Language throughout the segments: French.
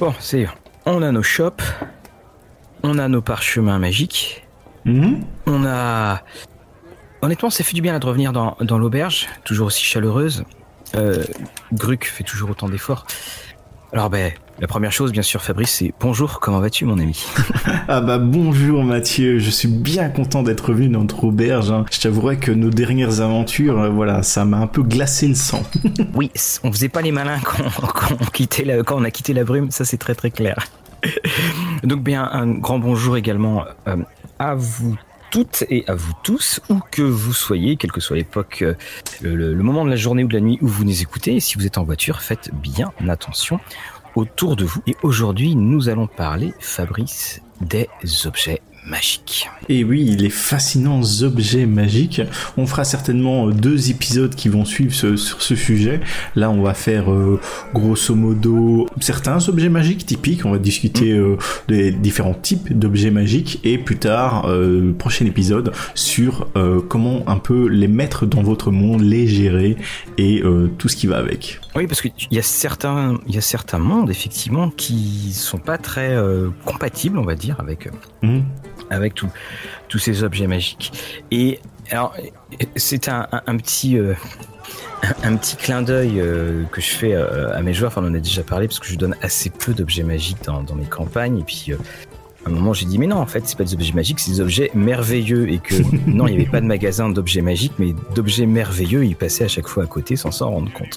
Bon, on a nos shops, on a nos parchemins magiques, on a... Honnêtement, ça fait du bien là, de revenir dans l'auberge, toujours aussi chaleureuse. Gruc fait toujours autant d'efforts. Alors la première chose, bien sûr, Fabrice, c'est bonjour, comment vas-tu, mon ami? Ah bonjour Mathieu, je suis bien content d'être revenu dans notre auberge. Je t'avouerai que nos dernières aventures, voilà, ça m'a un peu glacé le sang. Oui, on faisait pas les malins quand on a quitté la brume, ça c'est très très clair. Donc bien, un grand bonjour également à vous toutes et à vous tous, où que vous soyez, quelle que soit l'époque, le moment de la journée ou de la nuit où vous nous écoutez. Et si vous êtes en voiture, faites bien attention autour de vous. Et aujourd'hui, nous allons parler, Fabrice, des objets magiques. Et oui, les fascinants objets magiques. On fera certainement 2 épisodes qui vont suivre sur ce sujet. Là, on va faire grosso modo certains objets magiques typiques. On va discuter des différents types d'objets magiques. Et plus tard, prochain épisode, sur comment un peu les mettre dans votre monde, les gérer et tout ce qui va avec. Oui, parce qu'il y a certains mondes, effectivement, qui sont pas très compatibles, on va dire, avec tous ces objets magiques. Et alors, c'est un petit clin d'œil que je fais à mes joueurs. Enfin, on en a déjà parlé parce que je donne assez peu d'objets magiques dans mes campagnes. Et puis, à un moment, j'ai dit, mais non, en fait, c'est pas des objets magiques, c'est des objets merveilleux. Et que non, il n'y avait pas de magasin d'objets magiques, mais d'objets merveilleux, ils passaient à chaque fois à côté sans s'en rendre compte.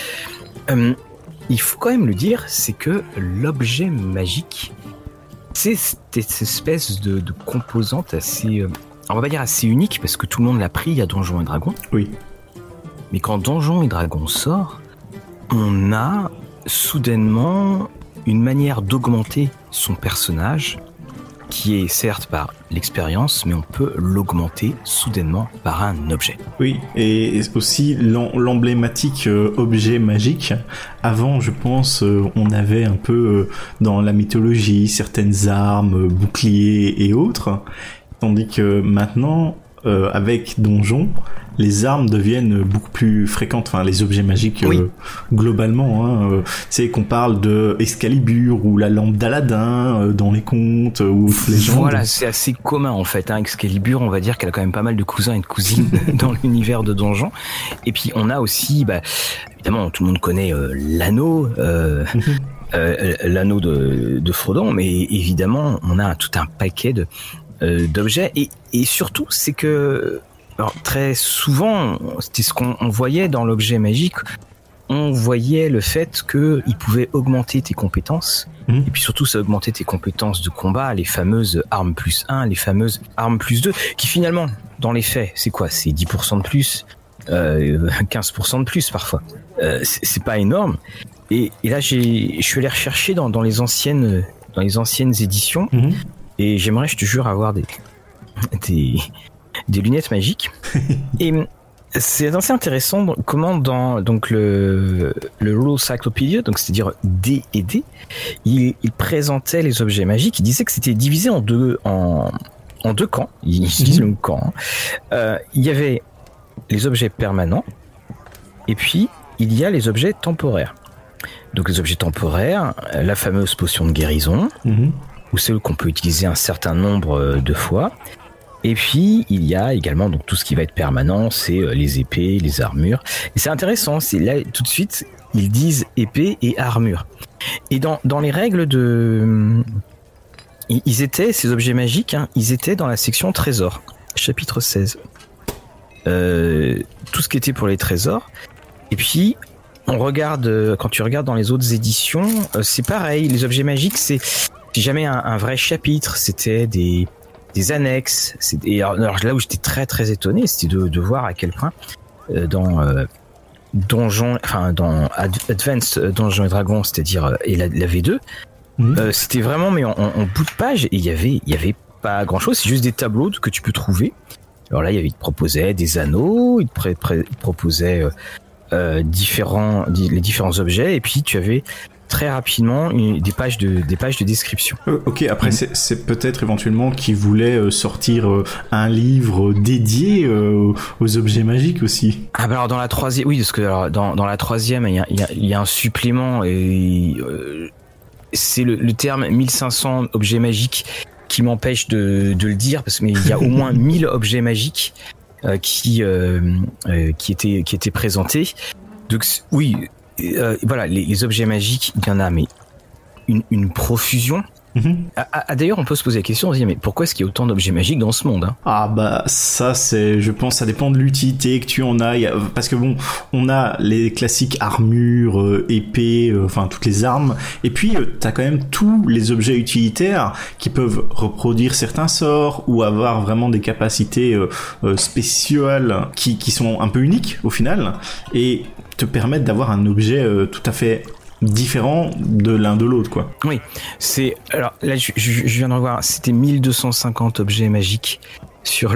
Il faut quand même le dire, c'est que l'objet magique, c'est cette espèce de composante assez, on va pas dire assez unique, parce que tout le monde l'a pris à Donjons et Dragons. Oui. Mais quand Donjons et Dragons sort, on a soudainement une manière d'augmenter son personnage, qui est certes par l'expérience, mais on peut l'augmenter soudainement par un objet. Oui, et aussi l'emblématique objet magique. Avant, je pense, on avait un peu dans la mythologie certaines armes, boucliers et autres, tandis que maintenant, avec Donjon, les armes deviennent beaucoup plus fréquentes, enfin les objets magiques oui. Globalement, c'est qu'on parle de Excalibur ou la lampe d'Aladin dans les contes ou légendes. Voilà, c'est assez commun en fait. Excalibur, on va dire qu'elle a quand même pas mal de cousins et de cousines dans l'univers de Donjon. Et puis on a aussi, évidemment, tout le monde connaît l'anneau. L'anneau de Frodon, mais évidemment, on a tout un paquet d'objets. Et surtout, c'est que alors, très souvent, c'était ce qu'on voyait dans l'objet magique. On voyait le fait qu'il pouvait augmenter tes compétences. Et puis surtout, ça augmentait tes compétences de combat, les fameuses armes plus 1, les fameuses armes plus 2, qui finalement, dans les faits, c'est quoi? C'est 10% de plus, 15% de plus parfois. C'est pas énorme. Et là, je suis allé rechercher dans les anciennes éditions. Et j'aimerais, je te jure, avoir des lunettes magiques. Et c'est assez intéressant comment dans donc le Rule Cyclopedia, donc c'est-à-dire D&D, il présentait les objets magiques. Il disait que c'était divisé en deux camps. Il utilise le mot camp. Il y avait les objets permanents et puis il y a les objets temporaires. Donc les objets temporaires, la fameuse potion de guérison, ou celle qu'on peut utiliser un certain nombre de fois. Et puis, il y a également donc tout ce qui va être permanent, c'est les épées, les armures. Et c'est intéressant, c'est là, tout de suite, ils disent épée et armure. Et dans les règles ces objets magiques, ils étaient dans la section trésors, chapitre 16. Tout ce qui était pour les trésors. Et puis, on regarde, quand tu regardes dans les autres éditions, c'est pareil, les objets magiques, c'est jamais un vrai chapitre, c'était des annexes. Alors là où j'étais très très étonné, c'était de voir à quel point dans Advanced Donjons et Dragons, c'est-à-dire et la V2, c'était vraiment mais en bout de page, et il y avait pas grand-chose, c'est juste des tableaux que tu peux trouver. Alors là, il te proposait des anneaux, il te proposait les différents objets, et puis tu avais très rapidement des pages de description. Ok, après c'est peut-être éventuellement qu'ils voulaient sortir un livre dédié aux objets magiques aussi. Ah bah alors dans la troisième, oui, parce que alors, dans la troisième il y a un supplément, et c'est le terme 1500 objets magiques qui m'empêche de le dire, parce qu'il y a au moins 1000 objets magiques qui étaient présentés. Donc oui, voilà, les objets magiques, il y en a, mais une profusion. D'ailleurs, on peut se poser la question, on se dit, mais pourquoi est-ce qu'il y a autant d'objets magiques dans ce monde, hein? Ah bah ça, je pense, ça dépend de l'utilité que tu en as. Parce que bon, on a les classiques armures, épées, enfin toutes les armes. Et puis t'as quand même tous les objets utilitaires qui peuvent reproduire certains sorts ou avoir vraiment des capacités spéciales qui sont un peu uniques au final et te permettent d'avoir un objet tout à fait différent de l'un de l'autre, quoi. Oui, alors là je viens de revoir, c'était 1250 objets magiques sur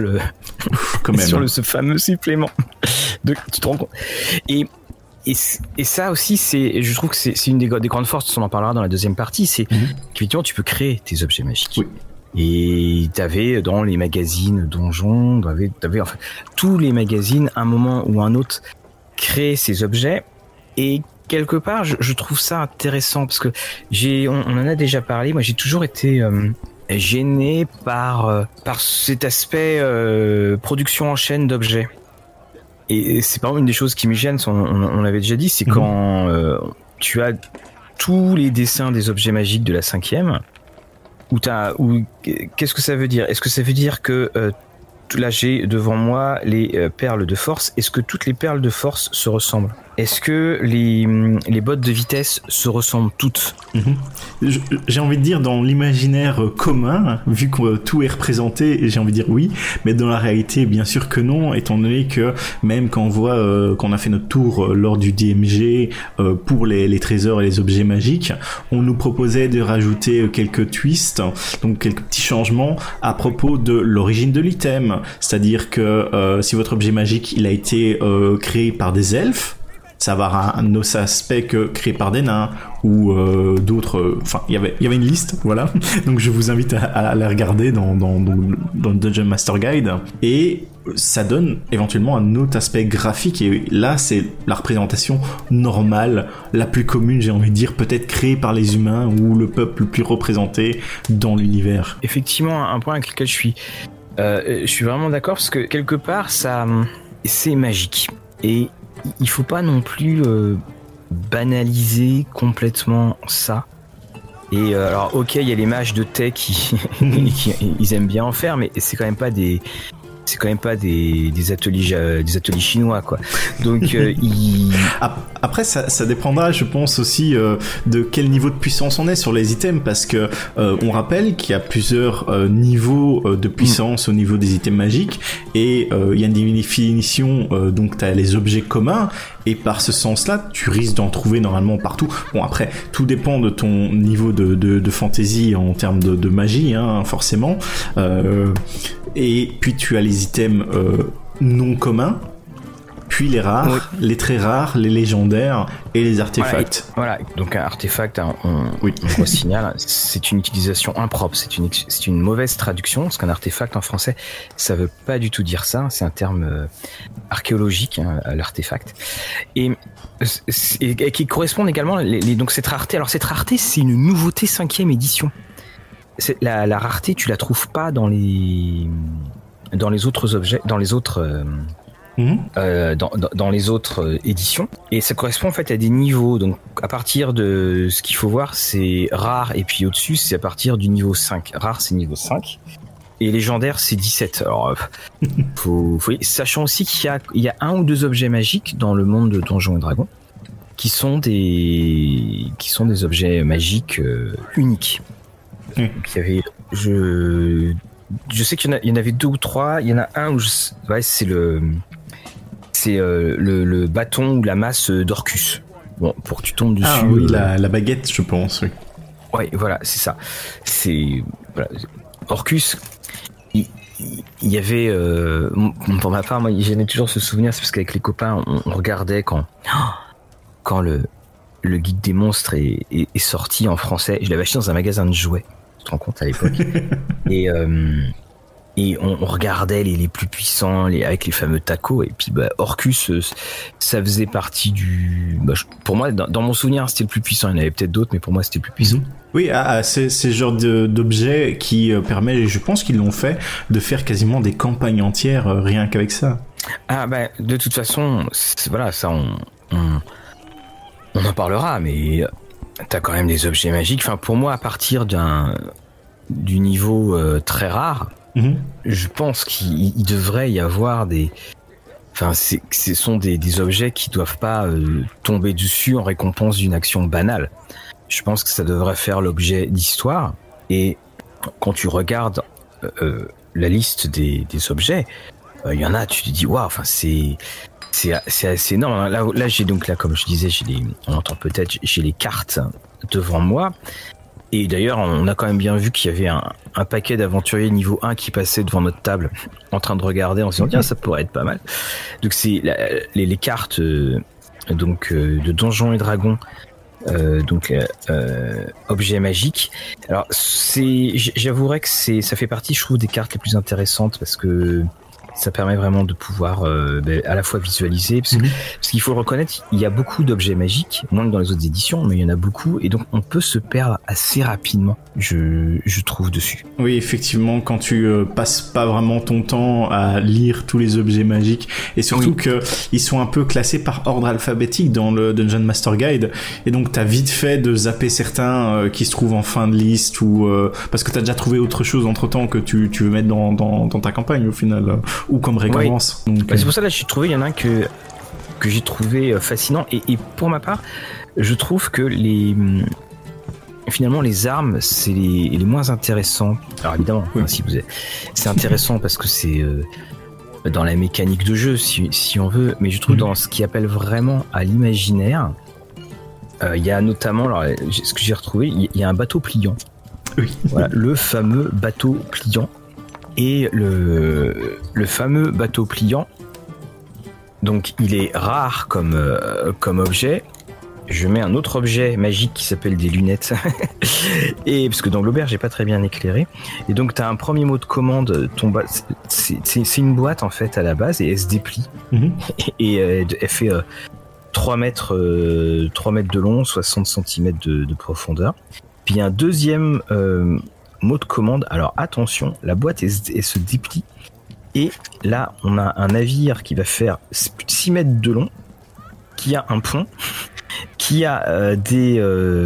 ce fameux supplément. Donc tu te rends compte. Et ça aussi, je trouve que c'est une des grandes forces, on en parlera dans la deuxième partie, c'est qu'effectivement tu peux créer tes objets magiques. Oui. Et t'avais dans les magazines donjons, t'avais enfin tous les magazines, un moment ou un autre, créer ces objets. Et quelque part, je trouve ça intéressant parce que on en a déjà parlé. Moi, j'ai toujours été gêné par cet aspect production en chaîne d'objets. Et c'est par exemple une des choses qui me gêne. On l'avait déjà dit, c'est quand tu as tous les dessins des objets magiques de la 5e. Qu'est-ce que ça veut dire ? Est-ce que ça veut dire que là j'ai devant moi les perles de force. Est-ce que toutes les perles de force se ressemblent ? Est-ce que les bottes de vitesse se ressemblent toutes ? J'ai envie de dire dans l'imaginaire commun, vu que tout est représenté, j'ai envie de dire oui, mais dans la réalité, bien sûr que non, étant donné que même quand on voit qu'on a fait notre tour lors du DMG pour les trésors et les objets magiques, on nous proposait de rajouter quelques twists, donc quelques petits changements à propos de l'origine de l'item. C'est-à-dire que si votre objet magique il a été créé par des elfes, ça va avoir un autre aspect que créé par des nains ou d'autres. Enfin, il y avait une liste, voilà. Donc je vous invite à la regarder dans le Dungeon Master Guide. Et ça donne éventuellement un autre aspect graphique. Et là, c'est la représentation normale, la plus commune, j'ai envie de dire, peut-être créée par les humains ou le peuple le plus représenté dans l'univers. Effectivement, un point avec lequel je suis vraiment d'accord parce que quelque part, c'est magique et il faut pas non plus banaliser complètement ça. Et alors ok, il y a les mages de thé qui ils aiment bien en faire, mais c'est quand même pas des ateliers chinois, quoi. Donc après ça dépendra, je pense aussi de quel niveau de puissance on est sur les items, parce que on rappelle qu'il y a plusieurs niveaux de puissance au niveau des items magiques, et il y a une définition, donc t'as les objets communs, et par ce sens-là, tu risques d'en trouver normalement partout. Bon, après, tout dépend de ton niveau de fantaisie en termes de magie, hein, forcément. Et puis tu as les items non communs, puis les rares, oui, les très rares, les légendaires et les artefacts. Voilà, donc un artefact, on signale, c'est une utilisation impropre, c'est une mauvaise traduction, parce qu'un artefact en français, ça veut pas du tout dire ça, c'est un terme archéologique, hein, l'artefact, et qui correspond également, donc cette rareté, c'est une nouveauté 5e édition. La rareté, tu la trouves pas dans les autres objets, dans les autres dans les autres éditions, et ça correspond en fait à des niveaux. Donc à partir de ce qu'il faut voir, c'est rare, et puis au-dessus c'est à partir du niveau 5. Rare c'est niveau 5 et légendaire c'est 17. Alors sachant aussi qu'il y a un ou deux objets magiques dans le monde de Donjons et Dragons qui sont des objets magiques uniques. Donc, il y avait, je sais qu'il y en avait 2 ou 3. Il y en a un où c'est le bâton ou la masse d'Orcus. Bon, pour que tu tombes dessus. Ah oui, la baguette, je pense. Oui. Ouais, voilà, c'est ça. Orcus. Il y avait, pour ma part, moi, j'en ai toujours ce souvenir, c'est parce qu'avec les copains, on regardait quand le guide des monstres est sorti en français. Je l'avais acheté dans un magasin de jouets. Tu te rends compte, à l'époque. Et et on regardait les plus puissants, avec les fameux tacos, et puis Orcus, ça faisait partie pour moi, dans mon souvenir, c'était le plus puissant. Il y en avait peut-être d'autres, mais pour moi, c'était le plus puissant. Oui, c'est ce genre d'objet qui permet, et je pense qu'ils l'ont fait, de faire quasiment des campagnes entières rien qu'avec ça. Ah de toute façon, voilà, ça on en parlera, mais t'as quand même des objets magiques. Enfin, pour moi, à partir du niveau très rare, je pense qu'il devrait y avoir des... Enfin, ce sont des objets qui doivent pas tomber dessus en récompense d'une action banale. Je pense que ça devrait faire l'objet d'histoire. Et quand tu regardes la liste des objets, il y en a, tu te dis waouh, enfin c'est assez énorme. Là j'ai donc, là comme je disais, on entend peut-être, j'ai les cartes devant moi. Et d'ailleurs, on a quand même bien vu qu'il y avait un paquet d'aventuriers niveau 1 qui passaient devant notre table en train de regarder en se disant tiens, ça pourrait être pas mal. Donc c'est les cartes de Donjons et Dragons, objets magiques. Alors j'avouerais que ça fait partie, je trouve, des cartes les plus intéressantes parce que ça permet vraiment de pouvoir à la fois visualiser, parce qu'il faut le reconnaître, il y a beaucoup d'objets magiques, moins que dans les autres éditions, mais il y en a beaucoup, et donc on peut se perdre assez rapidement, je trouve, dessus. Oui, effectivement, quand tu passes pas vraiment ton temps à lire tous les objets magiques, et surtout que ils sont un peu classés par ordre alphabétique dans le Dungeon Master Guide, et donc t'as vite fait de zapper certains qui se trouvent en fin de liste, ou parce que t'as déjà trouvé autre chose entre-temps que tu veux mettre dans ta campagne au final, ou comme récompense. Oui. Donc, c'est pour ça, là, j'ai trouvé, il y en a un que j'ai trouvé fascinant, et pour ma part, je trouve que finalement les armes, c'est les moins intéressants. Alors évidemment, c'est intéressant parce que c'est dans la mécanique de jeu, si on veut, mais je trouve dans ce qui appelle vraiment à l'imaginaire, il y a notamment, alors, ce que j'ai retrouvé, il y a un bateau pliant. Oui. Voilà, le fameux bateau pliant. Et le fameux bateau pliant, donc il est rare comme objet. Je mets un autre objet magique qui s'appelle des lunettes. Et parce que dans l'auberge, j'ai pas très bien éclairé. Et donc t'as un premier mot de commande. C'est une boîte en fait à la base, et elle se déplie. Et elle fait 3 mètres de long, 60 cm de profondeur. Puis un deuxième mot de commande. Alors attention, la boîte elle se déplie, et là on a un navire qui va faire plus de 6 mètres de long, qui a un pont, qui a des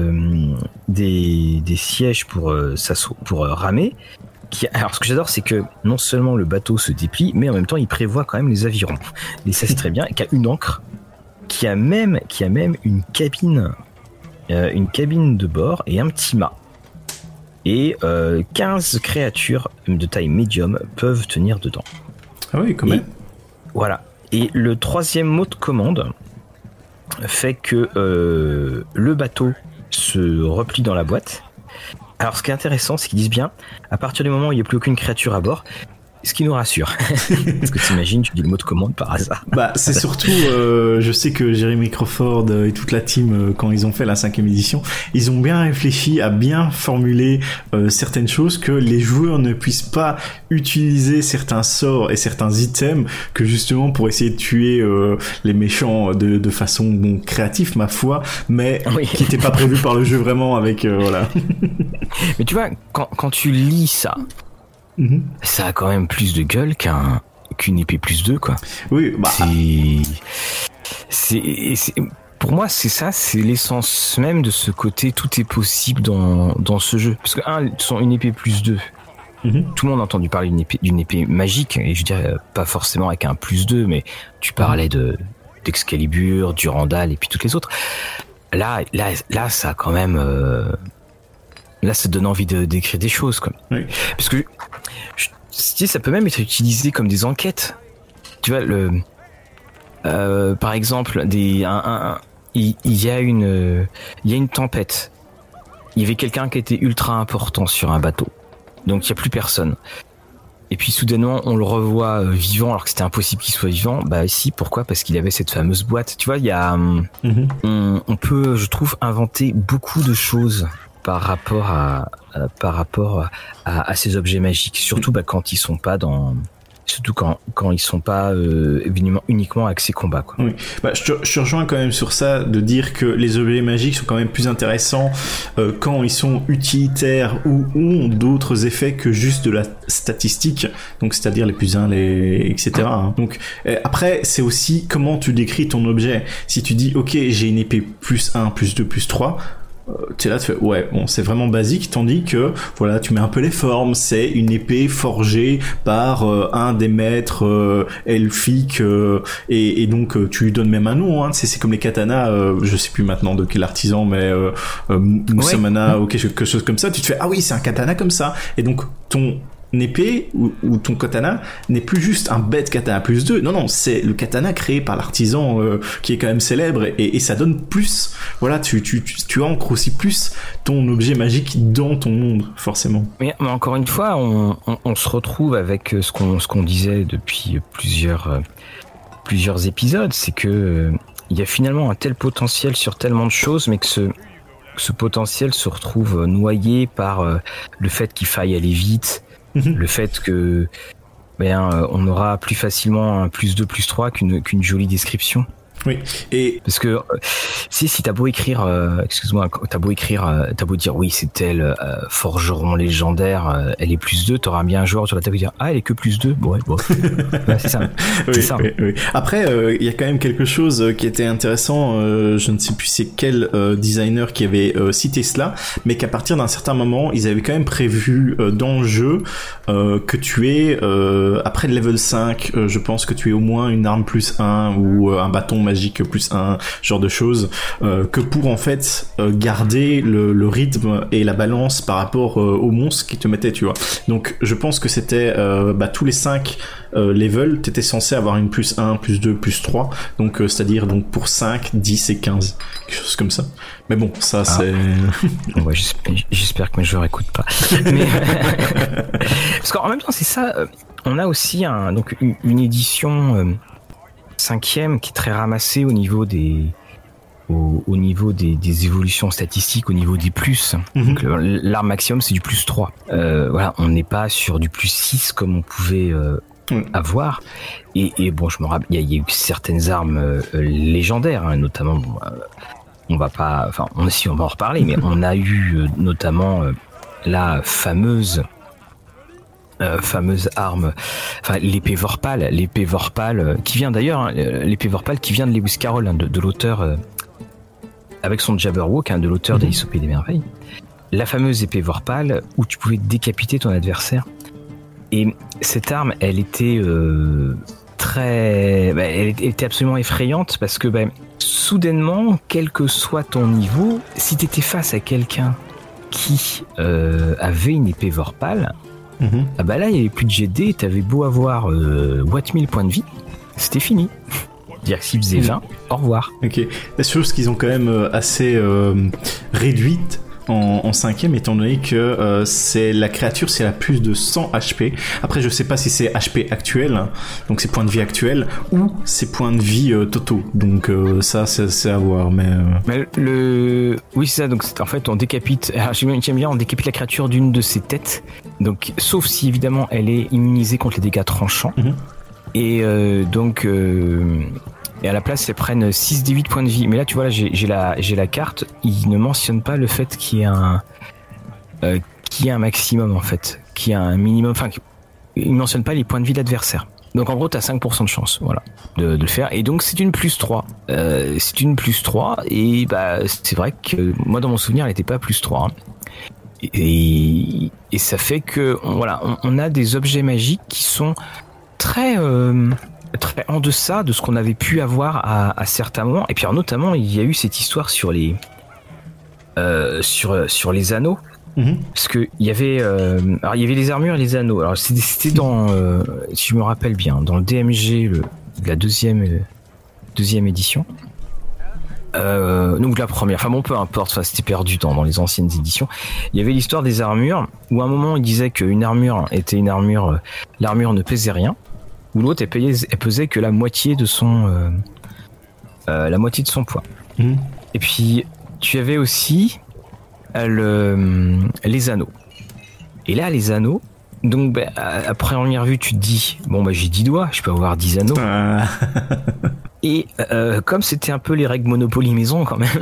sièges pour ramer. Alors ce que j'adore, c'est que non seulement le bateau se déplie, mais en même temps il prévoit quand même les avirons, et ça c'est très bien, qui a une ancre, qui a même une cabine de bord et un petit mât. Et 15 créatures de taille médium peuvent tenir dedans. Ah oui, quand même. Voilà. Et le troisième mot de commande fait que le bateau se replie dans la boîte. Alors ce qui est intéressant, c'est qu'ils disent bien, à partir du moment où il n'y a plus aucune créature à bord, ce qui nous rassure. Parce que t'imagines, tu dis le mot de commande par hasard. C'est surtout, je sais que Jeremy Crawford et toute la team, quand ils ont fait la 5e édition, ils ont bien réfléchi à bien formuler certaines choses, que les joueurs ne puissent pas utiliser certains sorts et certains items, que justement pour essayer de tuer les méchants de façon créative, ma foi, mais qui n'était pas prévu par le jeu vraiment avec... voilà. Mais tu vois, quand tu lis ça, ça a quand même plus de gueule qu'une épée plus 2, quoi. Oui, pour moi, c'est ça, c'est l'essence même de ce côté tout est possible dans ce jeu. Parce que une épée plus 2. Tout le monde a entendu parler d'une épée magique, et je dirais pas forcément avec un plus 2, mais tu parlais d'Excalibur, Durandal et puis toutes les autres. Là, ça a quand même... Là, ça donne envie d'écrire des choses, quoi. Oui. Parce que ça peut même être utilisé comme des enquêtes. Tu vois, par exemple, il y a une tempête. Il y avait quelqu'un qui était ultra important sur un bateau. Donc il y a plus personne. Et puis soudainement, on le revoit vivant, alors que c'était impossible qu'il soit vivant. Si, pourquoi ? Parce qu'il avait cette fameuse boîte. Tu vois, il y a, on peut, je trouve, inventer beaucoup de choses par rapport à ces objets magiques, surtout quand ils sont pas quand ils sont pas uniquement axés combat, quoi. Oui. Je te rejoins quand même sur ça, de dire que les objets magiques sont quand même plus intéressants quand ils sont utilitaires ou ont d'autres effets que juste de la statistique, donc c'est-à-dire les plus 1, etc. Hein. Donc après, c'est aussi comment tu décris ton objet. Si tu dis ok, j'ai une épée plus 1, plus 2, plus 3, t'es là, tu fais ouais, bon, c'est vraiment basique, tandis que voilà, tu mets un peu les formes. C'est une épée forgée par un des maîtres elfiques et donc tu lui donnes même un nom, hein. C'est comme les katanas, je sais plus maintenant de quel artisan, mais Musamana ou quelque chose comme ça. Tu te fais ah oui, c'est un katana comme ça, et donc ton épée ou ton katana n'est plus juste un bête katana plus 2, non, c'est le katana créé par l'artisan qui est quand même célèbre, et ça donne plus, voilà, tu ancres aussi plus ton objet magique dans ton monde, forcément. Mais encore une fois, on se retrouve avec ce qu'on disait depuis plusieurs épisodes, c'est que il y a finalement un tel potentiel sur tellement de choses, mais que ce potentiel se retrouve noyé par le fait qu'il faille aller vite, le fait que on aura plus facilement un plus 2, plus 3 qu'une jolie description. Oui. Et parce que si t'as beau écrire, t'as beau dire oui, c'est elle, forgeron légendaire, elle est plus 2, t'auras bien un joueur sur la table qui dire ah, elle est que plus 2. Bon, c'est ça. Oui, c'est ça. Oui. Après, il y a quand même quelque chose qui était intéressant. Je ne sais plus c'est quel designer qui avait cité cela, mais qu'à partir d'un certain moment, ils avaient quand même prévu dans le jeu que tu aies après le level 5, je pense que tu aies au moins une arme plus 1 ou un bâton magique plus 1, genre de choses, que pour en fait garder le rythme et la balance par rapport aux monstres qui te mettaient, tu vois. Donc je pense que c'était tous les 5 levels, t'étais censé avoir une plus 1, plus 2, plus 3, donc c'est-à-dire donc pour 5, 10 et 15, quelque chose comme ça. Mais bon, ça c'est... Ouais, j'espère que mes joueurs écoutent pas. Mais... Parce qu'en même temps, c'est ça, on a aussi une édition 5e qui est très ramassée au niveau des évolutions statistiques, au niveau des plus. Donc, l'arme maximum, c'est du plus 3. Voilà, on n'est pas sur du plus 6 comme on pouvait avoir. Et bon, je me rappelle, il y a eu certaines armes légendaires, hein, notamment, on va en reparler, mais on a eu notamment la fameuse arme, l'épée Vorpal, qui vient d'ailleurs, l'épée Vorpal qui vient de Lewis Carroll, de l'auteur, avec son Jabberwock, de l'auteur d'Alice au Pays des Merveilles. La fameuse épée Vorpal où tu pouvais décapiter ton adversaire. Et cette arme, elle était elle était absolument effrayante parce que soudainement, quel que soit ton niveau, si t'étais face à quelqu'un qui avait une épée Vorpal, là il n'y avait plus de GD, t'avais beau avoir what 1000 points de vie, c'était fini. C'est-à-dire que s'il faisait 20, au revoir. Ok, la chose qu'ils ont quand même assez réduite en 5e, étant donné que c'est la créature, c'est la plus de 100 HP. Après, je sais pas si c'est HP actuel, hein, donc c'est points de vie actuels, ou c'est points de vie totaux. Donc ça, c'est à voir. Mais oui, c'est ça. Donc en fait, on décapite. J'aime bien, on décapite la créature d'une de ses têtes. Donc, sauf si évidemment elle est immunisée contre les dégâts tranchants. Et donc. Et à la place, elles prennent 6 des 8 points de vie. Mais là, tu vois, là, j'ai la carte. Il ne mentionne pas le fait qu'il y a un maximum, en fait. Qu'il y a un minimum. Enfin, il ne mentionne pas les points de vie de l'adversaire. Donc, en gros, t'as 5% de chance, voilà, de le faire. Et donc, c'est une plus 3. C'est une plus 3. Et c'est vrai que moi, dans mon souvenir, elle n'était pas plus 3. Hein. Et ça fait que, on a des objets magiques qui sont très en deçà de ce qu'on avait pu avoir à certains moments. Et puis alors, notamment, il y a eu cette histoire sur les sur les anneaux, parce que il y avait les armures et les anneaux. Alors c'était dans si je me rappelle bien, dans le DMG la deuxième édition. Donc la première, enfin bon, peu importe, c'était perdu dans les anciennes éditions. Il y avait l'histoire des armures où à un moment il disait qu'une armure était une armure, l'armure ne pesait rien, ou l'autre elle pesait que la moitié de son poids. Et puis tu avais aussi les anneaux. Et là, les anneaux, donc à première vue, tu te dis, bon j'ai 10 doigts, je peux avoir 10 anneaux. Et comme c'était un peu les règles Monopoly maison quand même,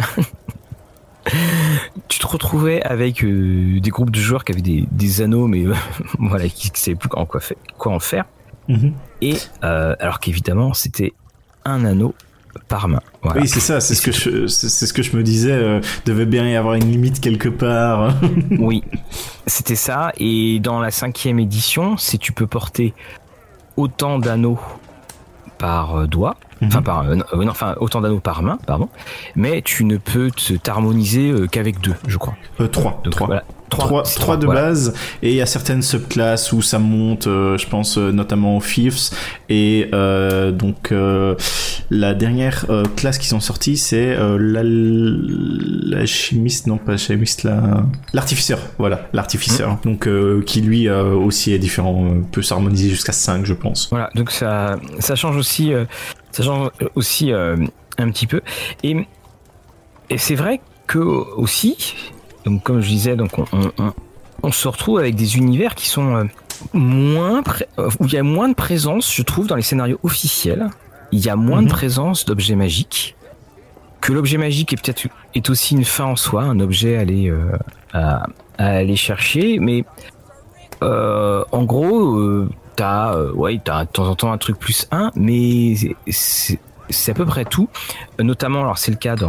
tu te retrouvais avec des groupes de joueurs qui avaient des anneaux, mais voilà, qui ne savaient plus quoi en faire. Et alors qu'évidemment, c'était un anneau par main. Voilà. Oui, c'est ça, c'est ce que je me disais, devait bien y avoir une limite quelque part. Oui, c'était ça. Et dans la 5e édition, tu peux porter autant d'anneaux par doigt, autant d'anneaux par main, pardon, mais tu ne peux t'harmoniser qu'avec 2, je crois. 3. Donc, voilà. 3 de base, et il y a certaines subclasses où ça monte, je pense notamment aux Fifths, et donc la dernière classe qui sont sorties, c'est l'alchimiste, non pas l'alchimiste, l'artificeur, voilà, l'artificeur, donc qui lui aussi est différent, peut s'harmoniser jusqu'à 5, je pense. Voilà, donc ça change aussi, un petit peu, et c'est vrai que aussi. Donc, comme je disais, donc on se retrouve avec des univers qui sont où il y a moins de présence, je trouve, dans les scénarios officiels. Il y a moins de présence d'objets magiques. Que l'objet magique est aussi une fin en soi, un objet à aller chercher. Mais en gros, t'as de temps en temps un truc plus 1, mais c'est à peu près tout. Notamment, alors c'est le cas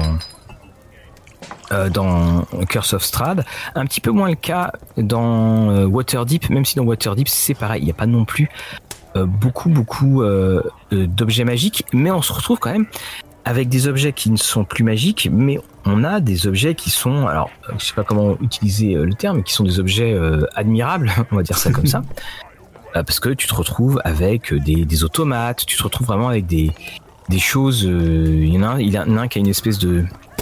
dans Curse of Strahd, un petit peu moins le cas dans Waterdeep, même si dans Waterdeep c'est pareil, il n'y a pas non plus beaucoup d'objets magiques, mais on se retrouve quand même avec des objets qui ne sont plus magiques, mais on a des objets qui sont, alors je sais pas comment utiliser le terme, qui sont des objets admirables, on va dire ça comme ça, parce que tu te retrouves avec des automates, tu te retrouves vraiment avec des choses, il y en a un qui a une espèce de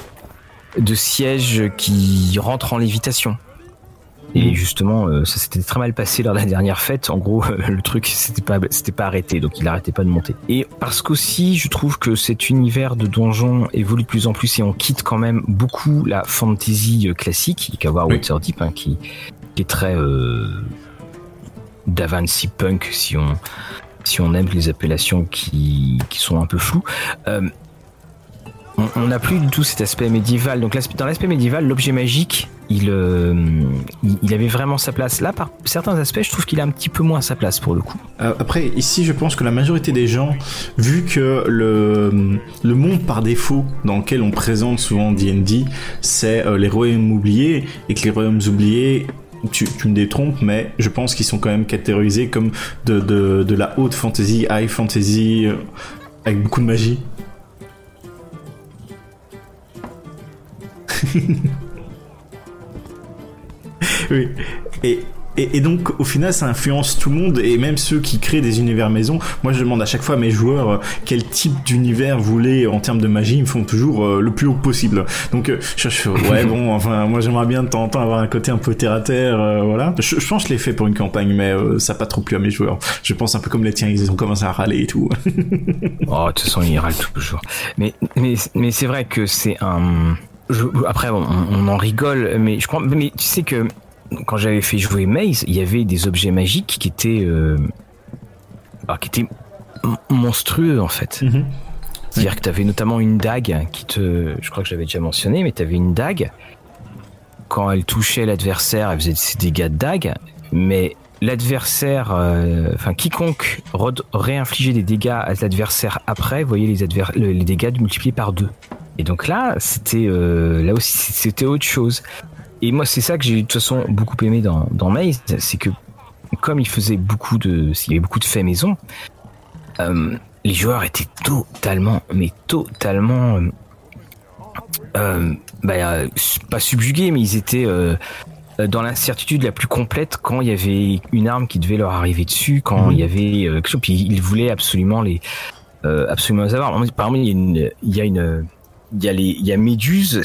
siège qui rentre en lévitation. Et justement, ça s'était très mal passé lors de la dernière fête. En gros, le truc s'était pas arrêté, donc il arrêtait pas de monter. Et parce qu'aussi, je trouve que cet univers de donjon évolue de plus en plus et on quitte quand même beaucoup la fantasy classique. Il y a qu'à voir Waterdeep, qui est très d'Avancy Punk, si on aime les appellations qui sont un peu floues. On n'a plus du tout cet aspect médiéval. Donc dans l'aspect médiéval, l'objet magique, il avait vraiment sa place. Là, par certains aspects, je trouve qu'il a un petit peu moins sa place pour le coup. Après, ici, je pense que la majorité des gens, vu que le monde par défaut dans lequel on présente souvent D&D, c'est les royaumes oubliés, et que les royaumes oubliés, tu me détrompes, mais je pense qu'ils sont quand même catégorisés comme de la haute fantasy, high fantasy, avec beaucoup de magie. Oui. Et donc au final ça influence tout le monde, et même ceux qui créent des univers maison. Moi je demande à chaque fois à mes joueurs quel type d'univers vous voulez en termes de magie, ils me font toujours le plus haut possible. Donc je fais moi j'aimerais bien de temps en temps avoir un côté un peu terre à terre, voilà. Je pense que je l'ai fait pour une campagne, mais ça n'a pas trop plu à mes joueurs. Je pense un peu comme les tiens, ils ont commencé à râler et tout. Oh, de toute façon ils râlent toujours. Mais c'est vrai que c'est un... Après on en rigole, mais je crois, mais tu sais que quand j'avais fait jouer Maze, il y avait des objets magiques qui étaient monstrueux en fait. C'est-à-dire que tu avais notamment une dague je crois que je l'avais déjà mentionné, mais tu avais une dague, quand elle touchait l'adversaire, elle faisait ses dégâts de dague, mais l'adversaire, quiconque réinfligeait des dégâts à l'adversaire après, voyait les dégâts multipliés par 2. Et donc là, c'était autre chose. Et moi, c'est ça que j'ai de toute façon beaucoup aimé dans Maze, c'est que comme il y avait beaucoup de faits maison, les joueurs étaient totalement pas subjugués, mais ils étaient dans l'incertitude la plus complète quand il y avait une arme qui devait leur arriver dessus, quand il y avait quelque chose, puis ils voulaient absolument les avoir. Par exemple, il y a Méduse,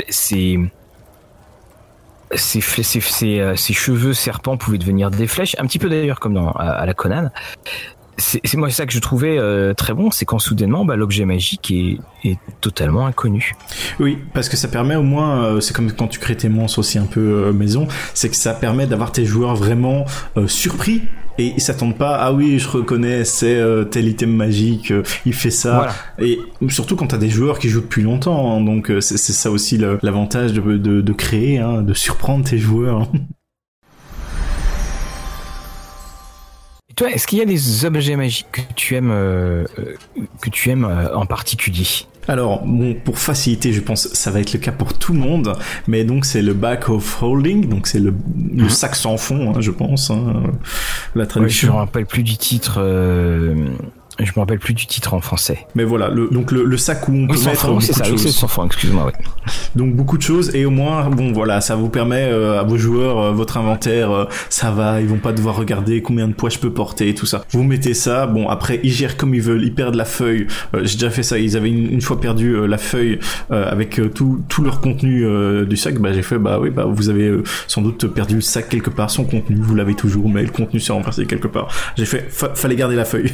ses cheveux serpents pouvaient devenir des flèches, un petit peu d'ailleurs comme à la Conan. c'est moi ça que je trouvais très bon, c'est quand soudainement l'objet magique est totalement inconnu. Oui, parce que ça permet au moins, c'est comme quand tu crées tes monstres aussi un peu maison, c'est que ça permet d'avoir tes joueurs vraiment surpris. Et ils s'attendent pas, ah oui, je reconnais, c'est tel item magique, il fait ça. Voilà. Et surtout quand t'as des joueurs qui jouent depuis longtemps, hein, donc c'est ça aussi l'avantage de créer, hein, de surprendre tes joueurs. Et toi, est-ce qu'il y a des objets magiques que tu aimes en particulier ? Alors, bon, pour faciliter, je pense, ça va être le cas pour tout le monde, mais donc c'est le bag of holding, donc c'est le sac sans fond, hein, je pense, hein, la traduction. Ouais, je me rappelle plus du titre. Je me rappelle plus du titre en français. Mais voilà, donc le sac où on peut mettre beaucoup de choses. Oui, c'est sans fond, excuse-moi, ouais. Donc beaucoup de choses, et au moins, bon voilà, ça vous permet à vos joueurs, votre inventaire, ça va, ils vont pas devoir regarder combien de poids je peux porter et tout ça. Vous mettez ça, bon après, ils gèrent comme ils veulent, ils perdent la feuille. J'ai déjà fait ça, ils avaient une fois perdu la feuille avec tout leur contenu du sac, j'ai fait, oui, vous avez sans doute perdu le sac quelque part, son contenu, vous l'avez toujours, mais le contenu s'est renversé quelque part. J'ai fait, fallait garder la feuille.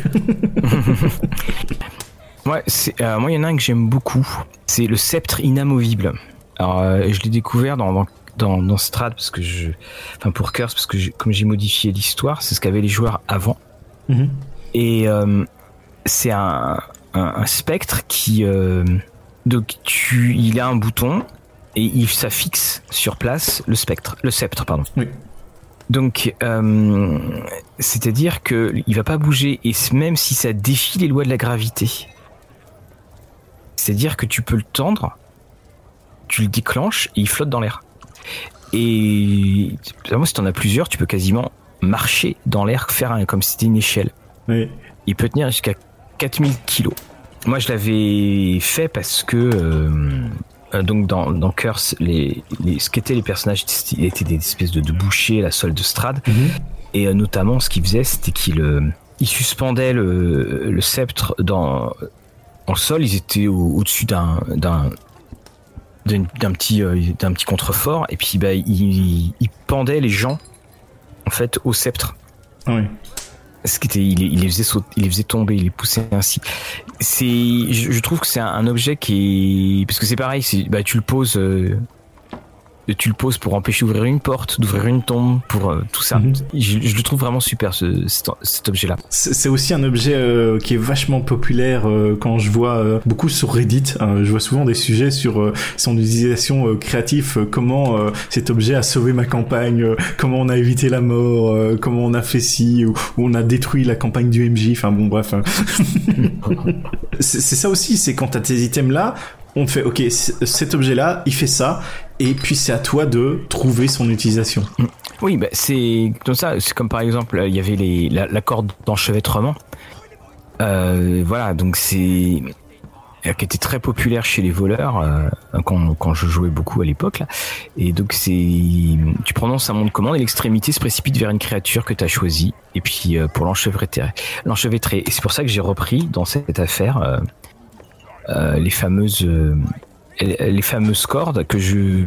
Ouais, moi il y en a un que j'aime beaucoup, c'est le sceptre inamovible. Alors je l'ai découvert dans Strad pour Curse, parce que comme j'ai modifié l'histoire, c'est ce qu'avaient les joueurs avant. Mm-hmm. Et c'est un spectre qui il a un bouton et ça fixe sur place le sceptre, pardon. Oui. Donc, c'est-à-dire que il va pas bouger, et même si ça défie les lois de la gravité. C'est-à-dire que tu peux le tendre, tu le déclenches et il flotte dans l'air. Et si t'en as plusieurs, tu peux quasiment marcher dans l'air, comme si c'était une échelle. Oui. Il peut tenir jusqu'à 4000 kilos. Moi, je l'avais fait parce que donc dans Curse, ce qu'étaient les personnages étaient des espèces de bouchers à la solde de Strad. Mm-hmm. Et notamment, ce qu'ils faisaient, c'était qu'ils suspendaient le sceptre dans le sol. Ils étaient au-dessus d'un petit contrefort, et puis ils pendaient les gens en fait au sceptre. Oui. Il les faisait tomber, il les poussait ainsi. Je trouve que c'est un objet parce que c'est pareil, tu le poses pour empêcher d'ouvrir une porte, d'ouvrir une tombe, pour tout ça. Mm-hmm. Je le trouve vraiment super, cet objet-là. C'est aussi un objet qui est vachement populaire quand je vois beaucoup sur Reddit. Je vois souvent des sujets sur son utilisation créative, comment cet objet a sauvé ma campagne, comment on a évité la mort, comment on a fait ci, ou on a détruit la campagne du MJ. Enfin bon, bref. C'est ça aussi, c'est quand t'as tes items là, on te fait, ok, cet objet-là, il fait ça, et puis c'est à toi de trouver son utilisation. Oui, c'est comme ça. C'est comme par exemple, il y avait la corde d'enchevêtrement. Voilà, donc qui était très populaire chez les voleurs quand je jouais beaucoup à l'époque là. Et donc tu prononces un mot de commande et l'extrémité se précipite vers une créature que tu as choisie, et puis pour l'enchevêtrer. Et c'est pour ça que j'ai repris dans cette affaire les fameuses cordes que je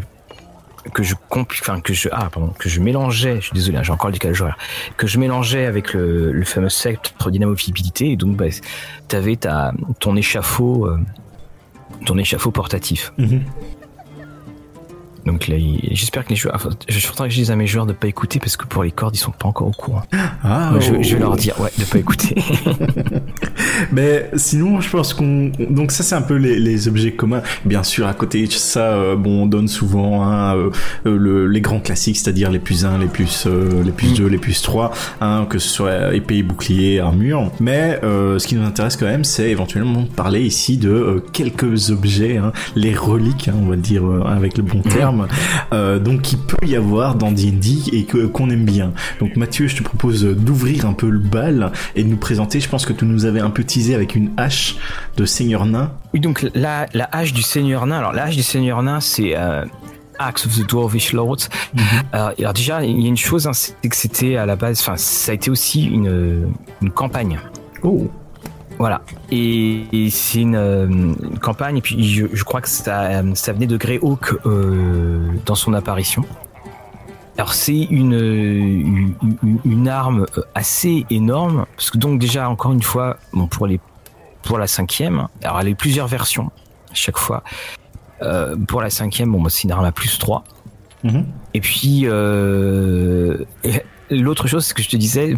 mélangeais, je suis désolé, j'ai encore le décalage horaire, que je mélangeais avec le fameux sceptre d'inamovibilité, et donc t'avais ton échafaud portatif. Mm-hmm. Donc là, j'espère que les joueurs, je faudrait que je dise à mes joueurs de pas écouter, parce que pour les cordes, ils sont pas encore au courant. Je vais leur dire, de pas écouter. Mais sinon, je pense donc ça, c'est un peu les objets communs. Bien sûr, à côté de ça, on donne souvent les grands classiques, c'est-à-dire les plus 1, les plus 2, les plus 3, que ce soit épée, bouclier, armure. Mais ce qui nous intéresse quand même, c'est éventuellement de parler ici de quelques objets, les reliques, on va le dire avec le bon terme. Donc qu'il peut y avoir dans D&D et qu'on aime bien. Donc Mathieu, je te propose d'ouvrir un peu le bal et de nous présenter. Je pense que tu nous avais un peu teasé avec une hache de Seigneur Nain. Oui, donc la hache du Seigneur Nain. Alors la hache du Seigneur Nain, c'est Axe of the Dwarvish Lords. Mm-hmm. Alors déjà, il y a une chose, c'est que c'était à la base, ça a été aussi une campagne. Oh. Voilà, et c'est une campagne, et puis je crois que ça venait de Greyhawk dans son apparition. Alors c'est une arme assez énorme, parce que donc déjà encore une fois, bon pour la 5e, alors elle a plusieurs versions à chaque fois. Pour la 5e, bon c'est une arme à +3. Et puis l'autre chose, c'est que je te disais,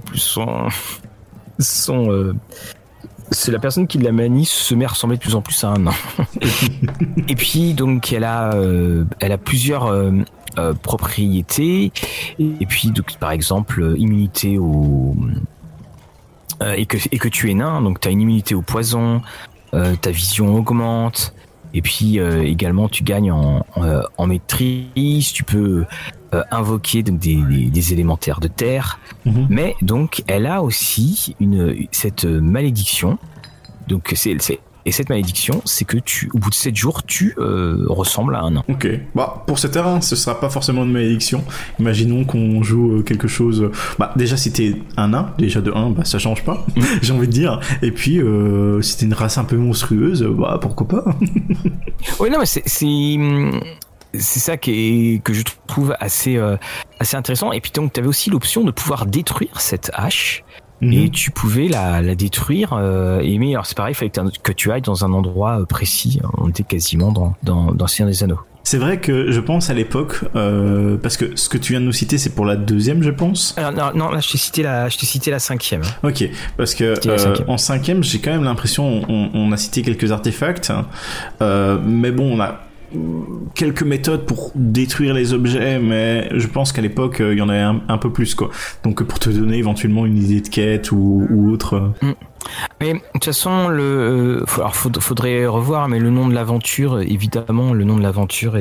c'est la personne qui la manie se met à ressembler de plus en plus à un nain. Et puis donc elle a plusieurs propriétés, et puis donc, par exemple immunité au et que tu es nain, donc tu as une immunité au poison, ta vision augmente, et puis également tu gagnes en maîtrise, tu peux invoquer donc des élémentaires de terre, mais donc elle a aussi cette malédiction, donc et cette malédiction, c'est que au bout de 7 jours, tu ressembles à un nain. Ok. Bah, pour ce terrain, ce sera pas forcément une malédiction. Imaginons qu'on joue quelque chose. Bah, déjà, si t'es un nain, déjà de 1, bah, ça change pas. J'ai envie de dire. Et puis, si t'es une race un peu monstrueuse, bah, pourquoi pas. Oui, non, mais c'est ça que je trouve assez intéressant. Et puis, donc, t'avais aussi l'option de pouvoir détruire cette hache. Et tu pouvais la détruire, mais alors c'est pareil, il fallait que tu ailles dans un endroit précis. On était quasiment dans Seigneur des Anneaux. C'est vrai que je pense à l'époque, parce que ce que tu viens de nous citer, c'est pour la 2e, je pense. Alors, non, là je t'ai cité la 5e. Ok, parce que en 5e, j'ai quand même l'impression, on a cité quelques artefacts, mais bon, on a quelques méthodes pour détruire les objets, mais je pense qu'à l'époque il y en avait un peu plus, quoi. Donc pour te donner éventuellement une idée de quête ou autre. Mais de toute façon, faudrait revoir, mais le nom de l'aventure, évidemment, le nom de l'aventure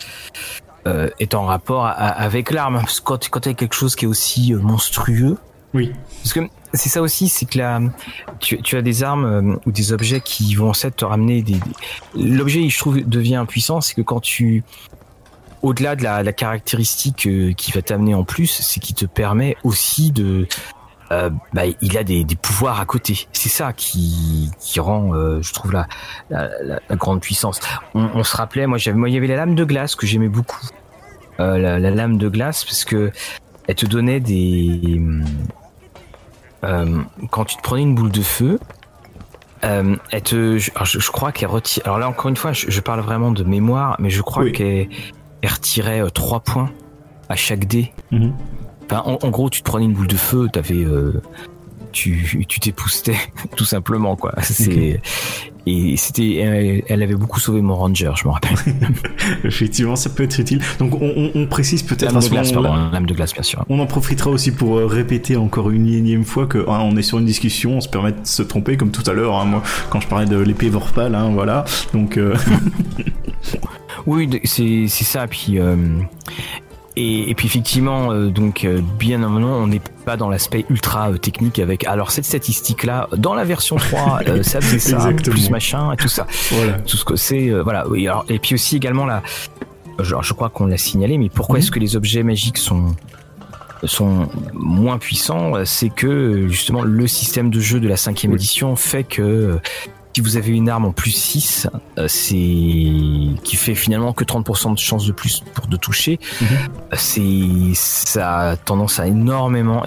est en rapport avec l'arme. Parce que quand tu as quelque chose qui est aussi monstrueux. Oui. Parce que c'est ça aussi, c'est que là, tu as des armes ou des objets qui vont en fait te ramener l'objet, je trouve, devient puissant, c'est que quand au-delà de la caractéristique qui va t'amener en plus, c'est qu'il te permet aussi il a des pouvoirs à côté. C'est ça qui rend, je trouve, la grande puissance. On se rappelait, moi il y avait la lame de glace que j'aimais beaucoup. La lame de glace, parce que elle te donnait quand tu te prenais une boule de feu, je crois qu'elle retire. Alors là, encore une fois, je parle vraiment de mémoire, mais je crois qu'elle retirait 3 points à chaque dé. Enfin, en gros, tu te prenais une boule de feu, tu t'époustais tout simplement, quoi. Et elle avait beaucoup sauvé mon ranger, je me rappelle. Effectivement, ça peut être utile. Donc on précise peut-être lame de glace, bien sûr. On en profitera aussi pour répéter encore une énième fois que on est sur une discussion, on se permet de se tromper comme tout à l'heure. Hein, moi, quand je parlais de l'épée Vorpal, voilà. Donc. Oui, c'est ça. Puis. Et puis effectivement, bien évidemment, on n'est pas dans l'aspect ultra technique avec. Alors cette statistique-là, dans la version 3, ça faisait ça, exactement. Plus machin et tout ça. Voilà. Tout ce que c'est, voilà. Oui, alors, et puis aussi également là, je crois qu'on l'a signalé, mais pourquoi est-ce que les objets magiques sont moins puissants? C'est que justement le système de jeu de la 5e édition fait que si vous avez une arme en +6, qui fait finalement que 30% de chance de plus de toucher, ça a tendance à énormément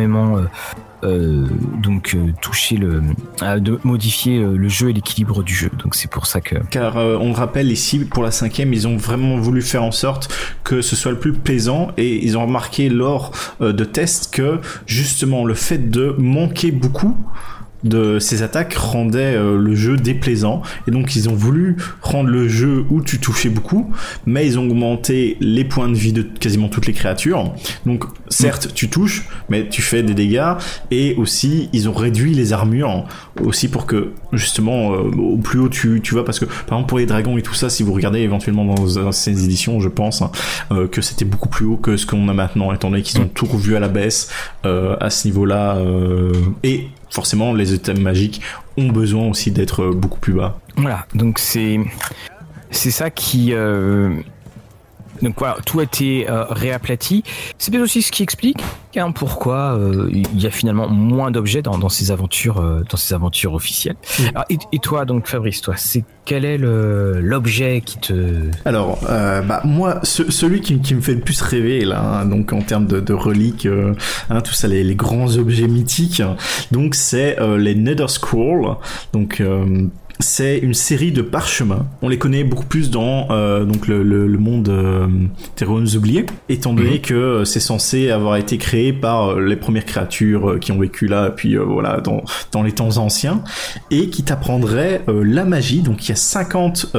toucher de modifier le jeu et l'équilibre du jeu. Donc c'est pour ça que. Car on le rappelle ici, pour la 5e, ils ont vraiment voulu faire en sorte que ce soit le plus plaisant, et ils ont remarqué lors de tests que justement le fait de manquer beaucoup de ces attaques rendait le jeu déplaisant, et donc ils ont voulu rendre le jeu où tu touchais beaucoup, mais ils ont augmenté les points de vie de quasiment toutes les créatures. Donc certes tu touches, mais tu fais des dégâts, et aussi ils ont réduit les armures aussi pour que justement au plus haut tu vas, parce que par exemple pour les dragons et tout ça, si vous regardez éventuellement dans ces éditions, je pense que c'était beaucoup plus haut que ce qu'on a maintenant, étant donné qu'ils ont tout revu à la baisse à ce niveau-là, et forcément les items magiques ont besoin aussi d'être beaucoup plus bas. Voilà, donc c'est ça qui Donc voilà, tout a été réaplati. C'est peut-être aussi ce qui explique pourquoi il y a finalement moins d'objets dans ces aventures officielles. Alors, et toi donc Fabrice, quel est l'objet qui te... Alors moi celui qui me fait le plus rêver là, donc en termes de reliques, tout ça, les grands objets mythiques, donc c'est les Nether Scrolls, donc c'est une série de parchemins. On les connaît beaucoup plus dans donc le monde des Royaumes oubliés, étant donné que c'est censé avoir été créé par les premières créatures qui ont vécu là, puis voilà, dans les temps anciens, et qui t'apprendraient la magie. Donc il y a 50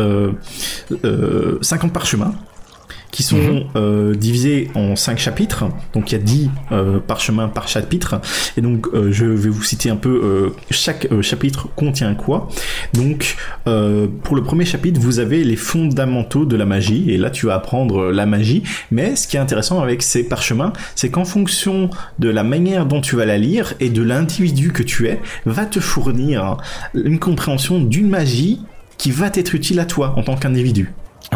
parchemins qui sont divisés en 5 chapitres. Donc il y a 10 parchemins par chapitre, et donc je vais vous citer un peu chaque chapitre contient quoi. Donc pour le premier chapitre, vous avez les fondamentaux de la magie, et là tu vas apprendre la magie. Mais ce qui est intéressant avec ces parchemins, c'est qu'en fonction de la manière dont tu vas la lire et de l'individu que tu es, va te fournir une compréhension d'une magie qui va t'être utile à toi en tant qu'individu.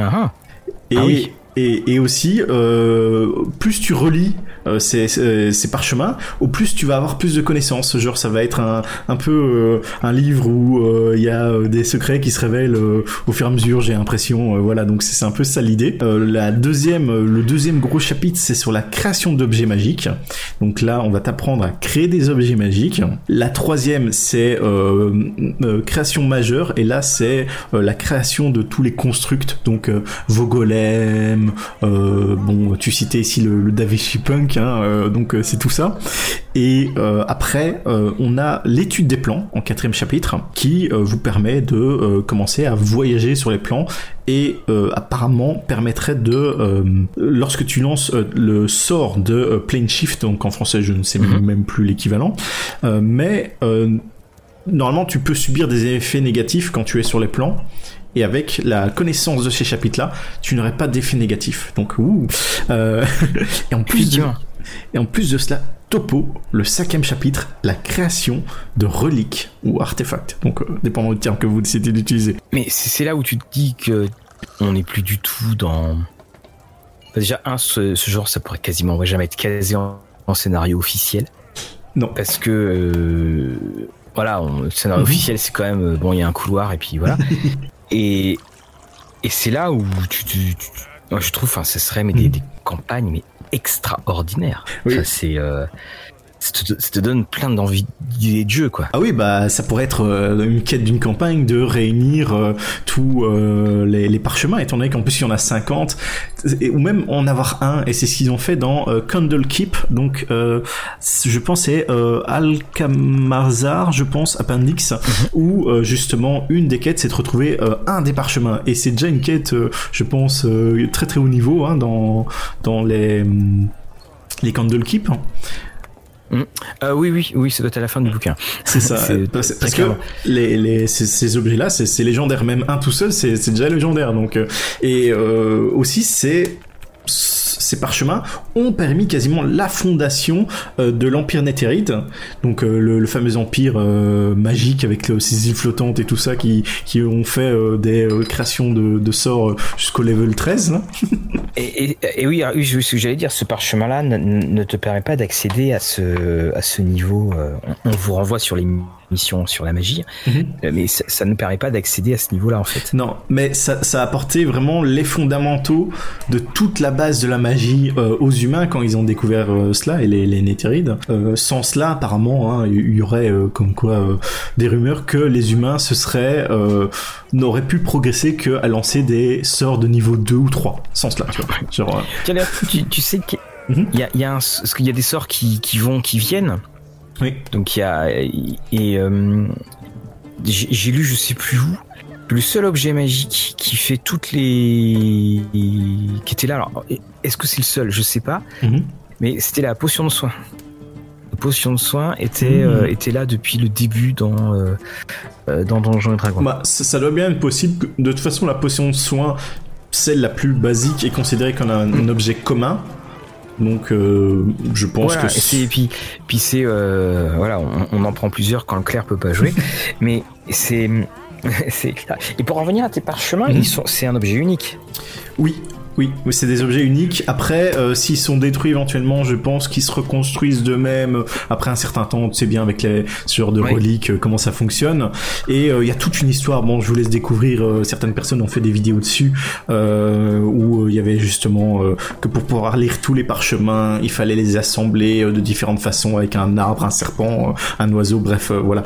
Oui. Et aussi, plus tu relis ces parchemins, au plus tu vas avoir plus de connaissances. Genre, ça va être un peu un livre où il y a des secrets qui se révèlent au fur et à mesure, j'ai l'impression. Voilà, donc c'est un peu ça l'idée. Le deuxième gros chapitre, c'est sur la création d'objets magiques. Donc là, on va t'apprendre à créer des objets magiques. La troisième, c'est création majeure, et là, c'est la création de tous les constructs, donc vos golems. Bon, tu citais ici le Da Vinci Punk, donc c'est tout ça. Et après, on a l'étude des plans en 4e chapitre, qui vous permet de commencer à voyager sur les plans, et apparemment permettrait de, lorsque tu lances le sort de Plane Shift, donc en français je ne sais même plus l'équivalent, mais normalement tu peux subir des effets négatifs quand tu es sur les plans. Et avec la connaissance de ces chapitres-là, tu n'aurais pas d'effet négatif. Donc, et en plus de cela, Topo, le 5e chapitre, la création de reliques ou artefacts. Donc, dépendant du terme que vous décidez d'utiliser. Mais c'est là où tu te dis que on n'est plus du tout dans... Déjà, ce genre, ça pourrait quasiment jamais être casé en scénario officiel. Non. Parce que, voilà, le scénario officiel, c'est quand même... Bon, il y a un couloir, et puis voilà. Et c'est là où moi je trouve, ça serait des campagnes extraordinaires. Oui. Ça te donne plein d'envie d'idées de jeu, quoi. Ah oui, ça pourrait être une quête d'une campagne de réunir tous les parchemins, étant donné qu'en plus il y en a 50, ou même en avoir un, et c'est ce qu'ils ont fait dans Candlekeep, donc je pense c'est Alcamazar, je pense, Appendix, où justement une des quêtes c'est de retrouver un des parchemins, et c'est déjà une quête, je pense, très très haut niveau, dans les Candlekeep. Oui, ça doit être à la fin du bouquin. C'est ça. Parce que ces objets-là, c'est légendaire. Même un tout seul, c'est déjà légendaire. Donc, et aussi, ces parchemins ont permis quasiment la fondation de l'Empire Netherite, donc le fameux empire magique avec ces îles flottantes et tout ça qui ont fait des créations de sorts jusqu'au level 13. Et oui, ce que j'allais dire, ce parchemin-là ne te permet pas d'accéder à ce niveau. On vous renvoie sur les missions sur la magie, mais ça ne permet pas d'accéder à ce niveau-là, en fait. Non, mais ça a apporté vraiment les fondamentaux de toute la base de la magie aux humains quand ils ont découvert cela, et les Néthérides. Sans cela, apparemment, il y aurait comme quoi des rumeurs que les humains n'auraient pu progresser qu'à lancer des sorts de niveau 2 ou 3. Sans cela, tu vois. Genre, tu sais qu'il y a des sorts qui viennent. Oui. Donc j'ai lu, je sais plus où, le seul objet magique qui fait qui était là. Alors, est-ce que c'est le seul? Je sais pas. Mais c'était la potion de soin. La potion de soin était là depuis le début dans Donjons et Dragons. Ça doit bien être possible. De toute façon, la potion de soin, celle la plus basique, est considérée comme un objet commun. Donc je pense que puis c'est voilà, on en prend plusieurs quand le clerc peut pas jouer. Mais c'est et pour en revenir à tes parchemins, c'est un objet unique. Oui. Oui, c'est des objets uniques. Après, s'ils sont détruits éventuellement, je pense qu'ils se reconstruisent d'eux-mêmes après un certain temps. Tu sais bien avec ce genre de reliques, comment ça fonctionne. Et il y a toute une histoire. Bon, je vous laisse découvrir. Certaines personnes ont fait des vidéos dessus où il y avait justement que pour pouvoir lire tous les parchemins, il fallait les assembler de différentes façons avec un arbre, un serpent, un oiseau. Bref, voilà.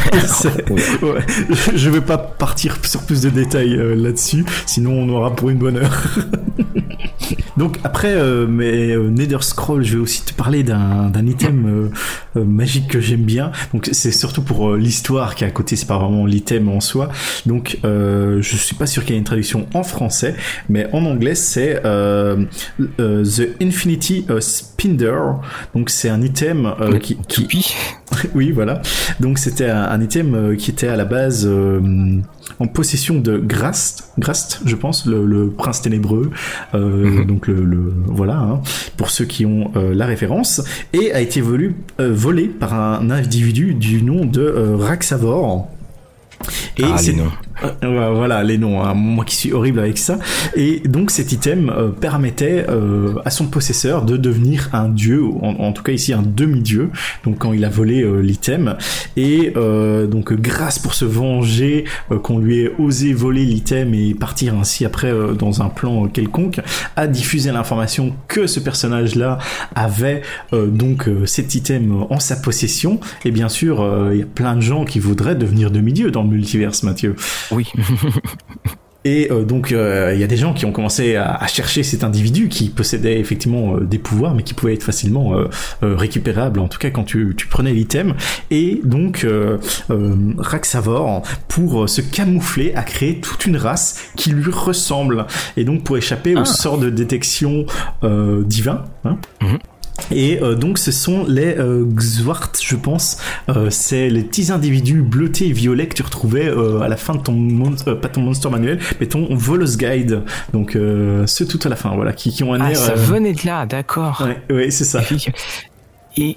Je vais pas partir sur plus de détails là-dessus, sinon on aura pour une bonne heure. Donc après Nether Scroll, je vais aussi te parler d'un item magique que j'aime bien. Donc c'est surtout pour l'histoire qui est à côté, c'est pas vraiment l'item en soi. Donc je suis pas sûr qu'il y ait une traduction en français, mais en anglais c'est The Infinity Spinder. Donc c'est un item qui oui, voilà. Donc c'était un item qui était à la base en possession de Grast, je pense, le prince ténébreux. Donc voilà, hein, pour ceux qui ont la référence, et a été volé par un individu du nom de Raxavor. Et les noms. Voilà les noms, hein, moi qui suis horrible avec ça. Et donc cet item permettait à son possesseur de devenir un dieu, en tout cas ici un demi-dieu, donc quand il a volé l'item. Et donc grâce pour se venger qu'on lui ait osé voler l'item et partir ainsi après dans un plan quelconque, a diffusé l'information que ce personnage-là avait donc cet item en sa possession. Et bien sûr il y a plein de gens qui voudraient devenir demi-dieu dans le multiverse, Mathieu. Oui. Et donc il y a des gens qui ont commencé à chercher cet individu qui possédait effectivement des pouvoirs, mais qui pouvaient être facilement récupérables, en tout cas quand tu prenais l'item. Et donc Raxavor, pour se camoufler, a créé toute une race qui lui ressemble. Et donc pour échapper au sort de détection divin, hein, et donc ce sont les Xwart, je pense. C'est les petits individus bleutés et violets que tu retrouvais à la fin de ton pas ton Monster Manuel, mais ton Volos Guide. Donc ceux tout à la fin, voilà, qui ont un air. Ça venait de là, d'accord. Ouais, c'est ça. Et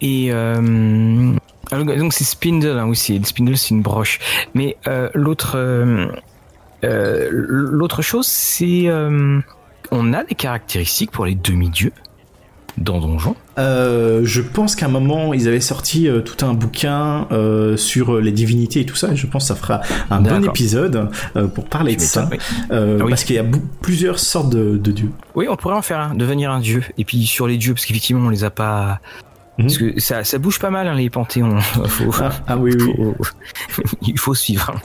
donc c'est Spindle, hein, oui, Spindle, c'est une broche. Mais l'autre chose, c'est on a des caractéristiques pour les demi-dieux dans Donjon. Je pense qu'à un moment ils avaient sorti tout un bouquin sur les divinités et tout ça, et je pense que ça fera un bon épisode pour parler de ça, parce qu'il y a plusieurs sortes de dieux. Oui, on pourrait en faire un, devenir un dieu, et puis sur les dieux, parce qu'effectivement on les a pas... Parce que ça bouge pas mal, hein, les panthéons. Oui. Il faut suivre.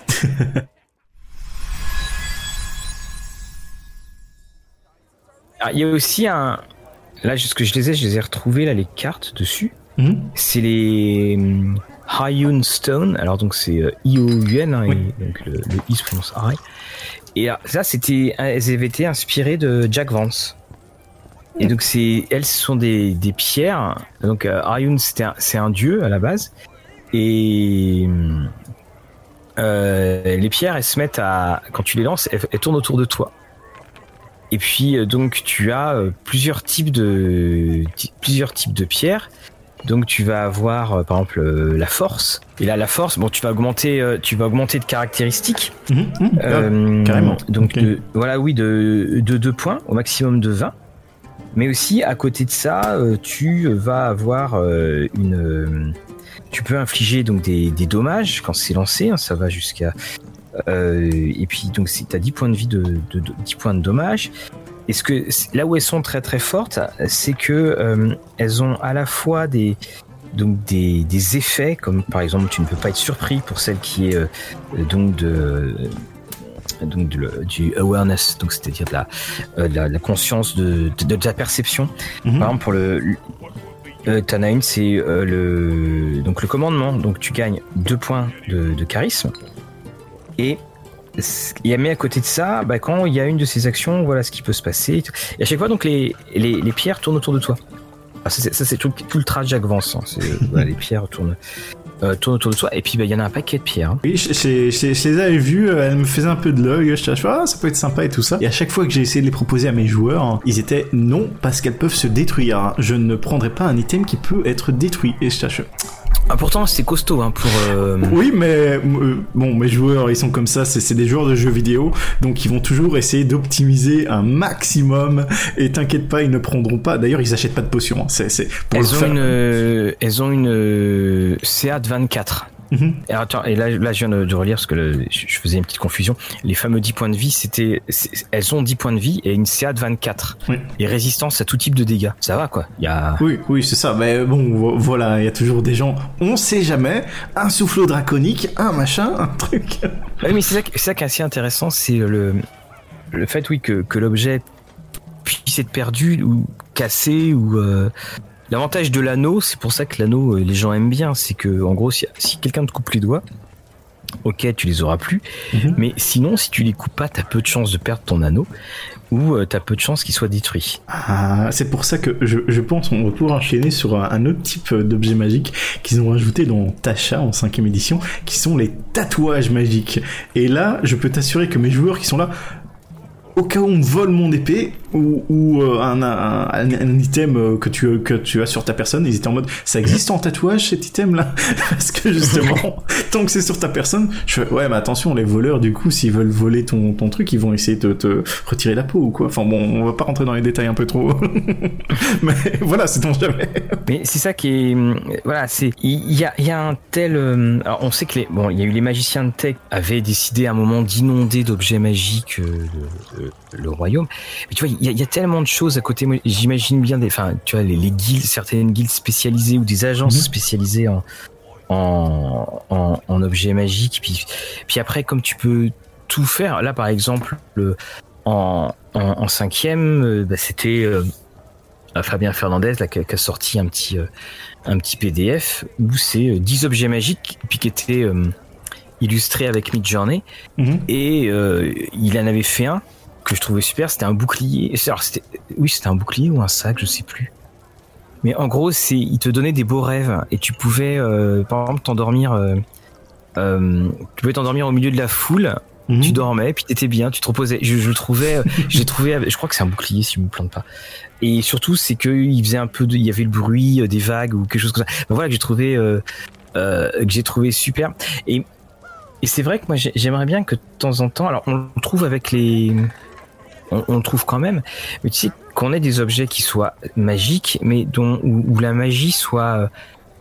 Il y a aussi un... Là, ce que je les ai retrouvés, là, les cartes dessus. C'est les Hyun Stone. Alors, donc, c'est I-O-U-N, hein, et donc le I se prononce I. Et ça, elles avaient été inspirées de Jack Vance. Et donc, elles sont des pierres. Donc, Hyun, c'est un dieu à la base. Et les pierres, elles se mettent quand tu les lances, elles tournent autour de toi. Et puis donc tu as plusieurs types de pierres. Donc tu vas avoir par exemple la force. Et là la force, bon tu vas augmenter de caractéristiques. Carrément. Donc de 2 points au maximum de 20. Mais aussi à côté de ça, tu vas avoir tu peux infliger donc des dommages quand c'est lancé, hein, ça va jusqu'à et puis donc si t'as 10 points de vie de 10 points de dommage. Et là où elles sont très très fortes, c'est que elles ont à la fois des effets, comme par exemple tu ne peux pas être surpris, pour celle qui est du awareness, donc c'est-à-dire de la conscience de ta perception. Par exemple pour t'en as une, c'est le commandement, donc tu gagnes 2 points de charisme. Et il y a mis à côté de ça, quand il y a une de ces actions, voilà ce qui peut se passer. Et à chaque fois, donc les pierres tournent autour de toi. Ça c'est tout le trajet Jack Vance. Hein. Les pierres tournent autour de toi. Et puis il y en a un paquet de pierres. Hein. Oui, je les avais vues. Elles me faisaient un peu de l'œil. Je suis ça peut être sympa et tout ça. Et à chaque fois que j'ai essayé de les proposer à mes joueurs, ils étaient non, parce qu'elles peuvent se détruire. Je ne prendrai pas un item qui peut être détruit. Et Pourtant c'est costaud hein, pour. Oui, mais bon, mes joueurs ils sont comme ça, c'est des joueurs de jeux vidéo, donc ils vont toujours essayer d'optimiser un maximum. Et t'inquiète pas, ils ne prendront pas. D'ailleurs, ils achètent pas de potions. Hein. Elles ont une CA de 24. Mm-hmm. Et là, je viens de relire parce que je faisais une petite confusion. Les fameux 10 points de vie, elles ont 10 points de vie et une CA de 24. Oui. Et résistance à tout type de dégâts. Ça va, quoi. Oui, c'est ça. Mais bon, voilà, il y a toujours des gens, on sait jamais, un soufflot draconique, un machin, un truc. Oui, mais c'est ça qui est assez intéressant, c'est le fait, oui, que l'objet puisse être perdu ou cassé ou... L'avantage de l'anneau, c'est pour ça que l'anneau, les gens aiment bien, c'est que en gros, si quelqu'un te coupe les doigts, ok, tu les auras plus, mais sinon, si tu les coupes pas, t'as peu de chances de perdre ton anneau, ou t'as peu de chances qu'il soit détruit. Ah, c'est pour ça que je pense qu'on va pouvoir enchaîner sur un autre type d'objet magique qu'ils ont rajouté dans Tasha en 5e édition, qui sont les tatouages magiques. Et là, je peux t'assurer que mes joueurs qui sont là, au cas où on vole mon épée ou un item que tu as sur ta personne, ils étaient en mode ça existe en tatouage cet item là parce que justement tant que c'est sur ta personne, je fais ouais mais attention, les voleurs du coup s'ils veulent voler ton truc, ils vont essayer de te retirer la peau ou quoi. Enfin bon, on va pas rentrer dans les détails un peu trop. Mais voilà, c'est ton jamais. Mais c'est ça qui est voilà, c'est il y a un tel alors on sait que il y a eu les magiciens de Tech avaient décidé à un moment d'inonder d'objets magiques le royaume. Mais tu vois, il y a tellement de choses à côté. Moi, j'imagine bien tu vois, les guildes, certaines guildes spécialisées ou des agences spécialisées en objets magiques. Puis après, comme tu peux tout faire, là, par exemple, en 5e, c'était Fabien Fernandez là, qui a sorti un petit PDF où c'est 10 objets magiques puis qui étaient illustrés avec Midjourney. Et il en avait fait un que je trouvais super, c'était un bouclier. Alors c'était un bouclier ou un sac, je sais plus. Mais en gros, il te donnait des beaux rêves et tu pouvais, par exemple, t'endormir. Tu pouvais t'endormir au milieu de la foule. Tu dormais, puis t'étais bien, tu te reposais. Je le trouvais, j'ai trouvé. Je crois que c'est un bouclier si je me plante pas. Et surtout, c'est que il faisait il y avait le bruit des vagues ou quelque chose comme ça. Ben voilà que j'ai trouvé super. Et c'est vrai que moi j'aimerais bien que de temps en temps, alors on le trouve avec on le trouve quand même, mais tu sais qu'on ait des objets qui soient magiques, mais où la magie soit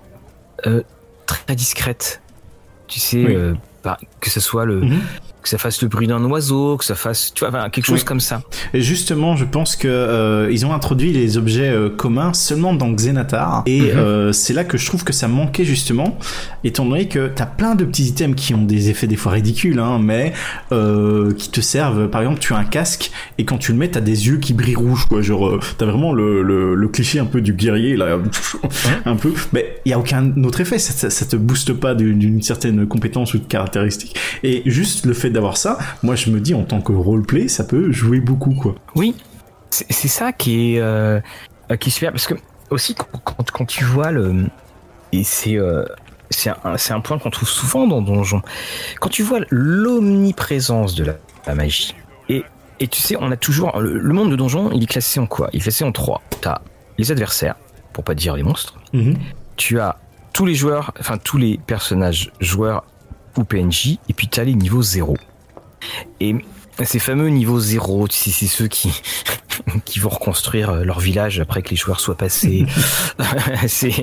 très discrète. Tu sais, que ce soit que ça fasse le bruit d'un oiseau, que ça fasse, tu vois, quelque chose comme ça. Et justement, je pense que ils ont introduit les objets communs seulement dans Xenatar, et c'est là que je trouve que ça manquait justement, étant donné que t'as plein de petits items qui ont des effets des fois ridicules, hein, mais qui te servent. Par exemple, tu as un casque et quand tu le mets, t'as des yeux qui brillent rouge, quoi. Genre, t'as vraiment le cliché un peu du guerrier là, un peu. Mais il y a aucun autre effet. Ça te booste pas d'une certaine compétence ou de caractéristique. Et juste le fait d'avoir ça, moi je me dis en tant que roleplay, ça peut jouer beaucoup, quoi. Oui, c'est ça qui est super, parce que aussi quand tu vois et c'est un point qu'on trouve souvent dans Donjon, quand tu vois l'omniprésence de la magie, et tu sais, on a toujours le monde de Donjon, il est classé en quoi? Il est classé en 3. T'as les adversaires, pour pas dire les monstres. Tu as tous les joueurs, enfin tous les personnages joueurs ou PNJ, et puis t'as les niveaux 0. Et ces fameux niveaux 0, tu sais, c'est ceux qui vont reconstruire leur village après que les joueurs soient passés. c'est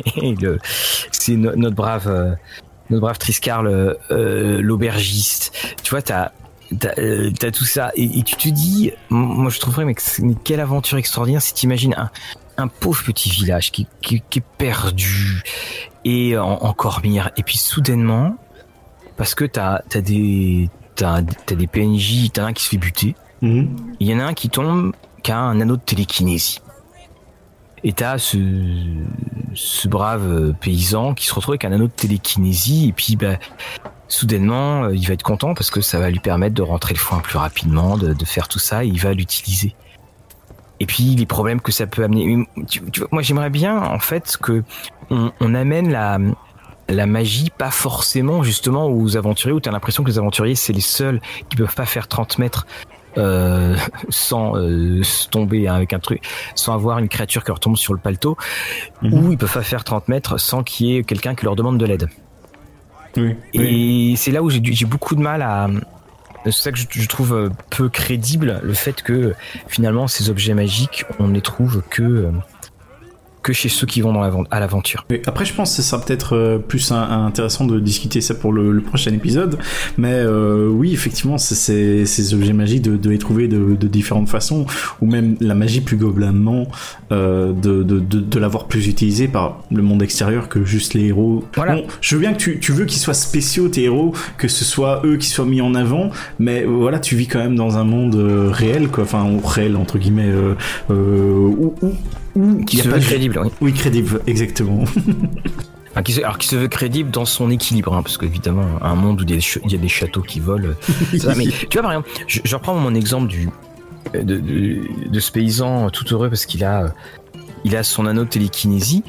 notre brave Triscar, l'aubergiste. Tu vois, t'as tout ça, et tu te dis, moi je trouverais, mais quelle aventure extraordinaire si t'imagines un pauvre petit village qui est perdu et en Cormyr, et puis soudainement, parce que t'as des PNJ, t'as un qui se fait buter, il y en a un qui tombe, qui a un anneau de télékinésie, et t'as ce brave paysan qui se retrouve avec un anneau de télékinésie, et puis soudainement il va être content parce que ça va lui permettre de rentrer le foin plus rapidement, de faire tout ça, et il va l'utiliser. Et puis les problèmes que ça peut amener. Tu vois, moi j'aimerais bien en fait que on amène la magie, pas forcément justement aux aventuriers, où t'as l'impression que les aventuriers c'est les seuls qui peuvent pas faire 30 mètres sans tomber avec un truc, sans avoir une créature qui leur tombe sur le paletot, ou ils peuvent pas faire 30 mètres sans qu'il y ait quelqu'un qui leur demande de l'aide. Et c'est là où j'ai beaucoup de mal à... C'est ça que je trouve peu crédible, le fait que finalement ces objets magiques, on ne les trouve que chez ceux qui vont à l'aventure. Après, je pense que ce sera peut-être plus intéressant de discuter ça pour le prochain épisode, mais oui, effectivement, ces objets magiques, de les trouver de différentes façons, ou même la magie plus globalement, de l'avoir plus utilisée par le monde extérieur que juste les héros. Voilà. Bon, je veux bien que tu veux qu'ils soient spéciaux, tes héros, que ce soit eux qui soient mis en avant, mais voilà, tu vis quand même dans un monde réel, quoi, enfin, réel, entre guillemets, qui se veut crédible, oui. Oui, crédible, exactement. Alors qui se veut crédible dans son équilibre, hein, parce qu'évidemment, un monde où il y a des châteaux qui volent. Mais tu vois, par exemple, je reprends mon exemple de ce paysan tout heureux parce qu'il a son anneau de télékinésie.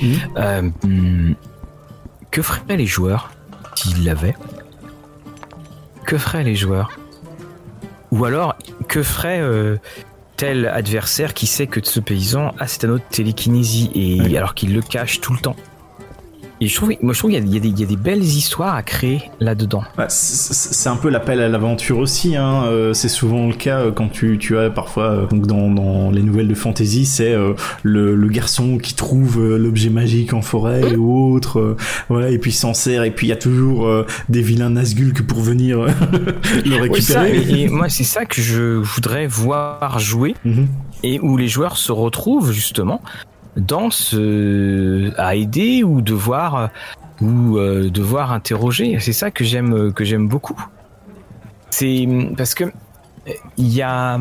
Que feraient les joueurs s'ils l'avaient ? Que feraient les joueurs ? Ou alors, que ferait tel adversaire qui sait que ce paysan a cet anneau de télékinésie alors qu'il le cache tout le temps. Et je trouve qu'il y a des belles histoires à créer là-dedans. Bah, c'est un peu l'appel à l'aventure aussi, hein. C'est souvent le cas quand tu as parfois donc dans les nouvelles de fantasy, c'est le garçon qui trouve l'objet magique en forêt ou autre, voilà, et puis il s'en sert, et puis il y a toujours des vilains Nazgûl pour venir le récupérer. Oui, et moi c'est ça que je voudrais voir jouer, et où les joueurs se retrouvent justement à aider ou devoir interroger. C'est ça que j'aime beaucoup. C'est parce que il y a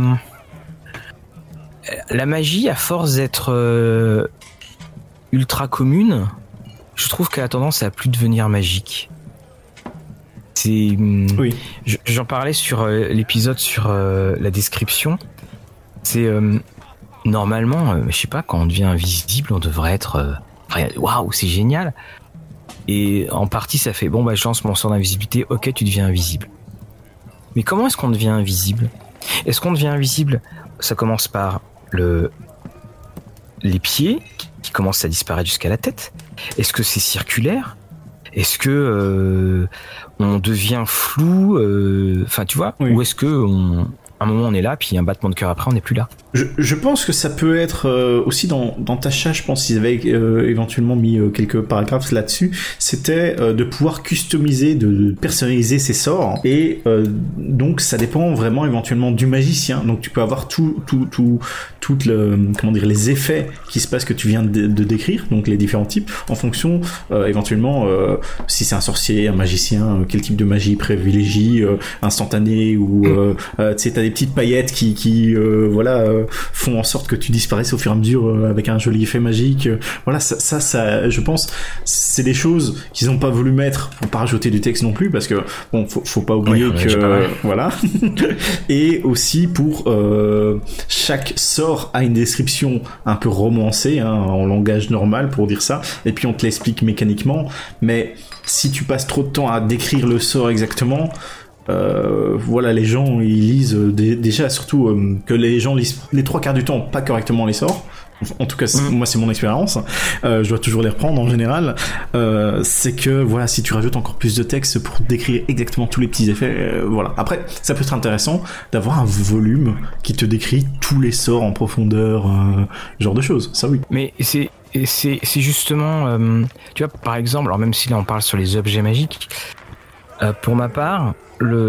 la magie, à force d'être ultra commune, je trouve qu'elle a tendance à plus devenir magique. J'en parlais sur l'épisode sur la description. C'est normalement, je sais pas, quand on devient invisible, on devrait être waouh, c'est génial. Et en partie, ça fait je lance mon sort d'invisibilité. Ok, tu deviens invisible. Mais comment est-ce qu'on devient invisible ? Est-ce qu'on devient invisible ? Ça commence par les pieds qui commencent à disparaître jusqu'à la tête. Est-ce que c'est circulaire ? Est-ce que on devient flou ? Enfin, tu vois ? Ou est-ce que à un moment on est là, puis un battement de cœur après on n'est plus là. Je pense que ça peut être aussi dans Tasha, je pense qu'ils avaient éventuellement mis quelques paragraphes là-dessus, c'était de pouvoir customiser, de personnaliser ses sorts, et donc ça dépend vraiment éventuellement du magicien, donc tu peux avoir les effets qui se passent que tu viens de décrire, donc les différents types, en fonction éventuellement si c'est un sorcier, un magicien, quel type de magie privilégie, instantané, ou tu sais, t'as des petites paillettes qui font en sorte que tu disparaisses au fur et à mesure avec un joli effet magique. Voilà, ça, je pense, c'est des choses qu'ils n'ont pas voulu mettre pour pas rajouter du texte non plus, parce que bon, faut pas oublier que voilà. Et aussi pour chaque sort a une description un peu romancée, hein, en langage normal pour dire ça, et puis on te l'explique mécaniquement. Mais si tu passes trop de temps à décrire le sort exactement, les gens ils lisent déjà, surtout que les gens lisent les 3/4 du temps pas correctement les sorts. En tout cas, moi c'est mon expérience. Je dois toujours les reprendre en général. C'est que voilà, si tu rajoutes encore plus de texte pour décrire exactement tous les petits effets, voilà. Après, ça peut être intéressant d'avoir un volume qui te décrit tous les sorts en profondeur, genre de choses. Ça oui. Mais c'est justement, tu vois, par exemple, alors même si là on parle sur les objets magiques, pour ma part,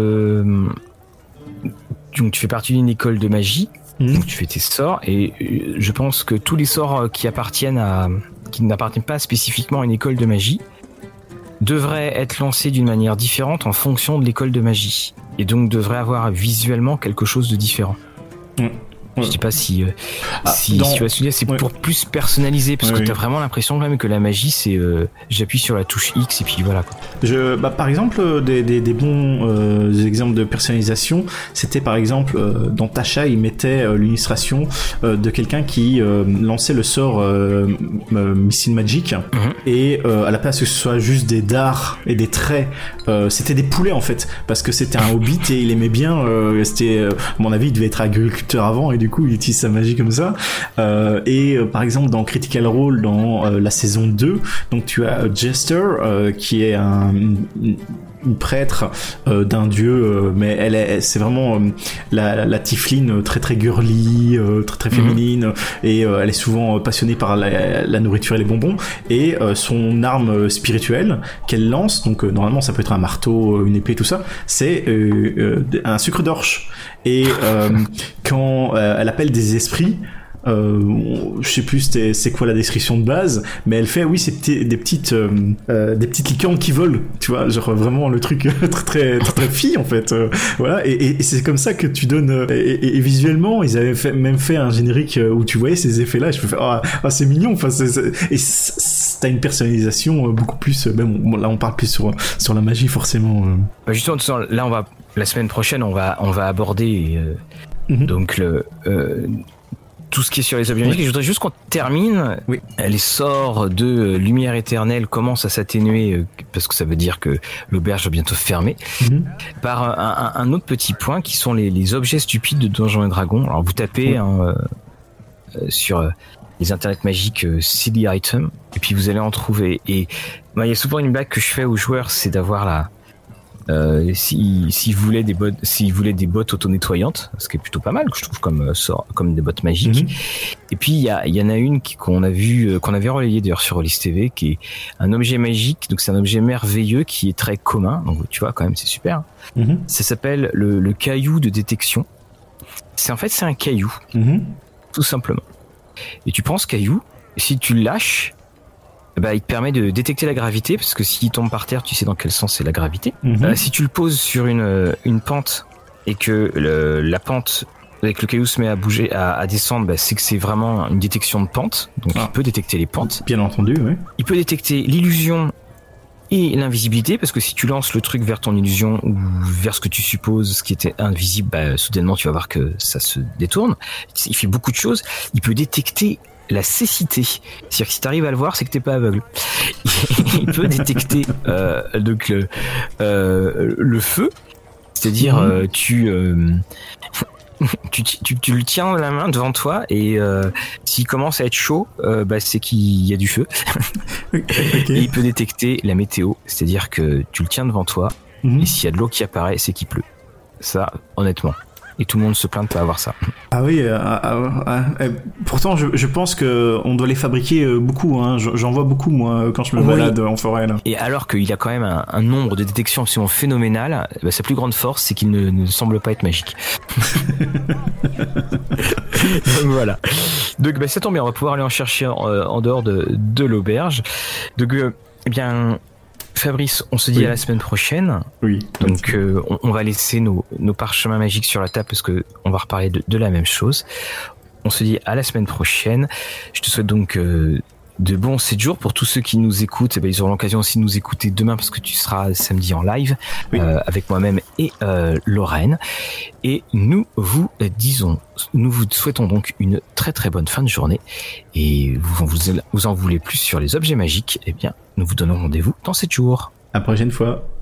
donc tu fais partie d'une école de magie, donc tu fais tes sorts, et je pense que tous les sorts qui n'appartiennent pas spécifiquement à une école de magie devraient être lancés d'une manière différente en fonction de l'école de magie, et donc devraient avoir visuellement quelque chose de différent. Je sais pas si tu vas se dire, c'est pour plus personnaliser, parce que t'as vraiment l'impression quand même que la magie, c'est j'appuie sur la touche X et puis voilà. Par exemple, des bons exemples de personnalisation, c'était par exemple dans Tasha, il mettait l'illustration de quelqu'un qui lançait le sort Missile Magic, et à la place que ce soit juste des dards et des traits, c'était des poulets en fait, parce que c'était un hobbit et il aimait bien, à mon avis il devait être agriculteur avant et du coup il utilise sa magie comme ça, et par exemple dans Critical Role dans la saison 2, donc tu as Jester qui est une prêtre d'un dieu, mais c'est vraiment la tiefling très très girly, très très féminine, et elle est souvent passionnée par la nourriture et les bonbons, et son arme spirituelle qu'elle lance, donc normalement ça peut être un marteau, une épée, tout ça, c'est un sucre d'orge, et quand elle appelle des esprits, je sais plus c'est quoi la description de base, mais elle fait des petites licornes qui volent, tu vois, genre vraiment le truc très très très fille en fait, voilà, et c'est comme ça que tu donnes, et visuellement ils avaient même fait un générique où tu voyais ces effets là, je me fais c'est mignon, enfin et t'as une personnalisation beaucoup plus, là on parle plus sur la magie forcément. Justement là la semaine prochaine on va aborder donc tout ce qui est sur les objets magiques. Je voudrais juste qu'on termine. Les sorts de lumière éternelle commencent à s'atténuer, parce que ça veut dire que l'auberge va bientôt fermer, par un autre petit point qui sont les objets stupides de Donjons et Dragons. Alors vous tapez sur les internets magiques silly item, et puis vous allez en trouver. Et il y a souvent une blague que je fais aux joueurs, c'est d'avoir s'ils voulaient des bottes auto-nettoyantes, ce qui est plutôt pas mal, que je trouve comme des bottes magiques. Et puis il y en a une qu'on avait relayée d'ailleurs sur Rollis TV, qui est un objet magique. Donc c'est un objet merveilleux qui est très commun. Donc tu vois quand même c'est super. Ça s'appelle le caillou de détection. C'est un caillou, tout simplement. Et tu prends ce caillou, si tu le lâches, il te permet de détecter la gravité, parce que s'il tombe par terre, tu sais dans quel sens c'est la gravité. Si tu le poses sur une pente, et que la pente avec le caillou se met à bouger, à descendre, c'est que c'est vraiment une détection de pente. Donc il peut détecter les pentes. Bien entendu, oui. Il peut détecter l'illusion et l'invisibilité, parce que si tu lances le truc vers ton illusion ou vers ce que tu supposes, ce qui était invisible, soudainement tu vas voir que ça se détourne. Il fait beaucoup de choses. Il peut détecter la cécité, c'est-à-dire que si t'arrives à le voir, c'est que t'es pas aveugle. Il peut détecter donc le feu, c'est-à-dire tu le tiens dans la main devant toi, et s'il commence à être chaud, c'est qu'il y a du feu. Et il peut détecter la météo, c'est-à-dire que tu le tiens devant toi, et s'il y a de l'eau qui apparaît, c'est qu'il pleut. Ça, honnêtement. Et tout le monde se plaint de pas avoir ça. Ah oui, pourtant je pense que on doit les fabriquer beaucoup, hein. J'en vois beaucoup moi quand je me balade en forêt là. Et alors qu'il a quand même un nombre de détections absolument phénoménal, sa plus grande force c'est qu'il ne semble pas être magique. Donc voilà. Donc ça tombe bien, on va pouvoir aller en chercher en dehors de l'auberge. Donc Fabrice, on se dit à la semaine prochaine. Oui. Donc on va laisser nos parchemins magiques sur la table, parce que on va reparler de la même chose. On se dit à la semaine prochaine. Je te souhaite donc de bons 7 jours pour tous ceux qui nous écoutent. Ils auront l'occasion aussi de nous écouter demain, parce que tu seras samedi en live avec moi-même et Lorraine. Et nous vous souhaitons donc une très très bonne fin de journée. Et vous en voulez plus sur les objets magiques, nous vous donnons rendez-vous dans 7 jours. À la prochaine fois.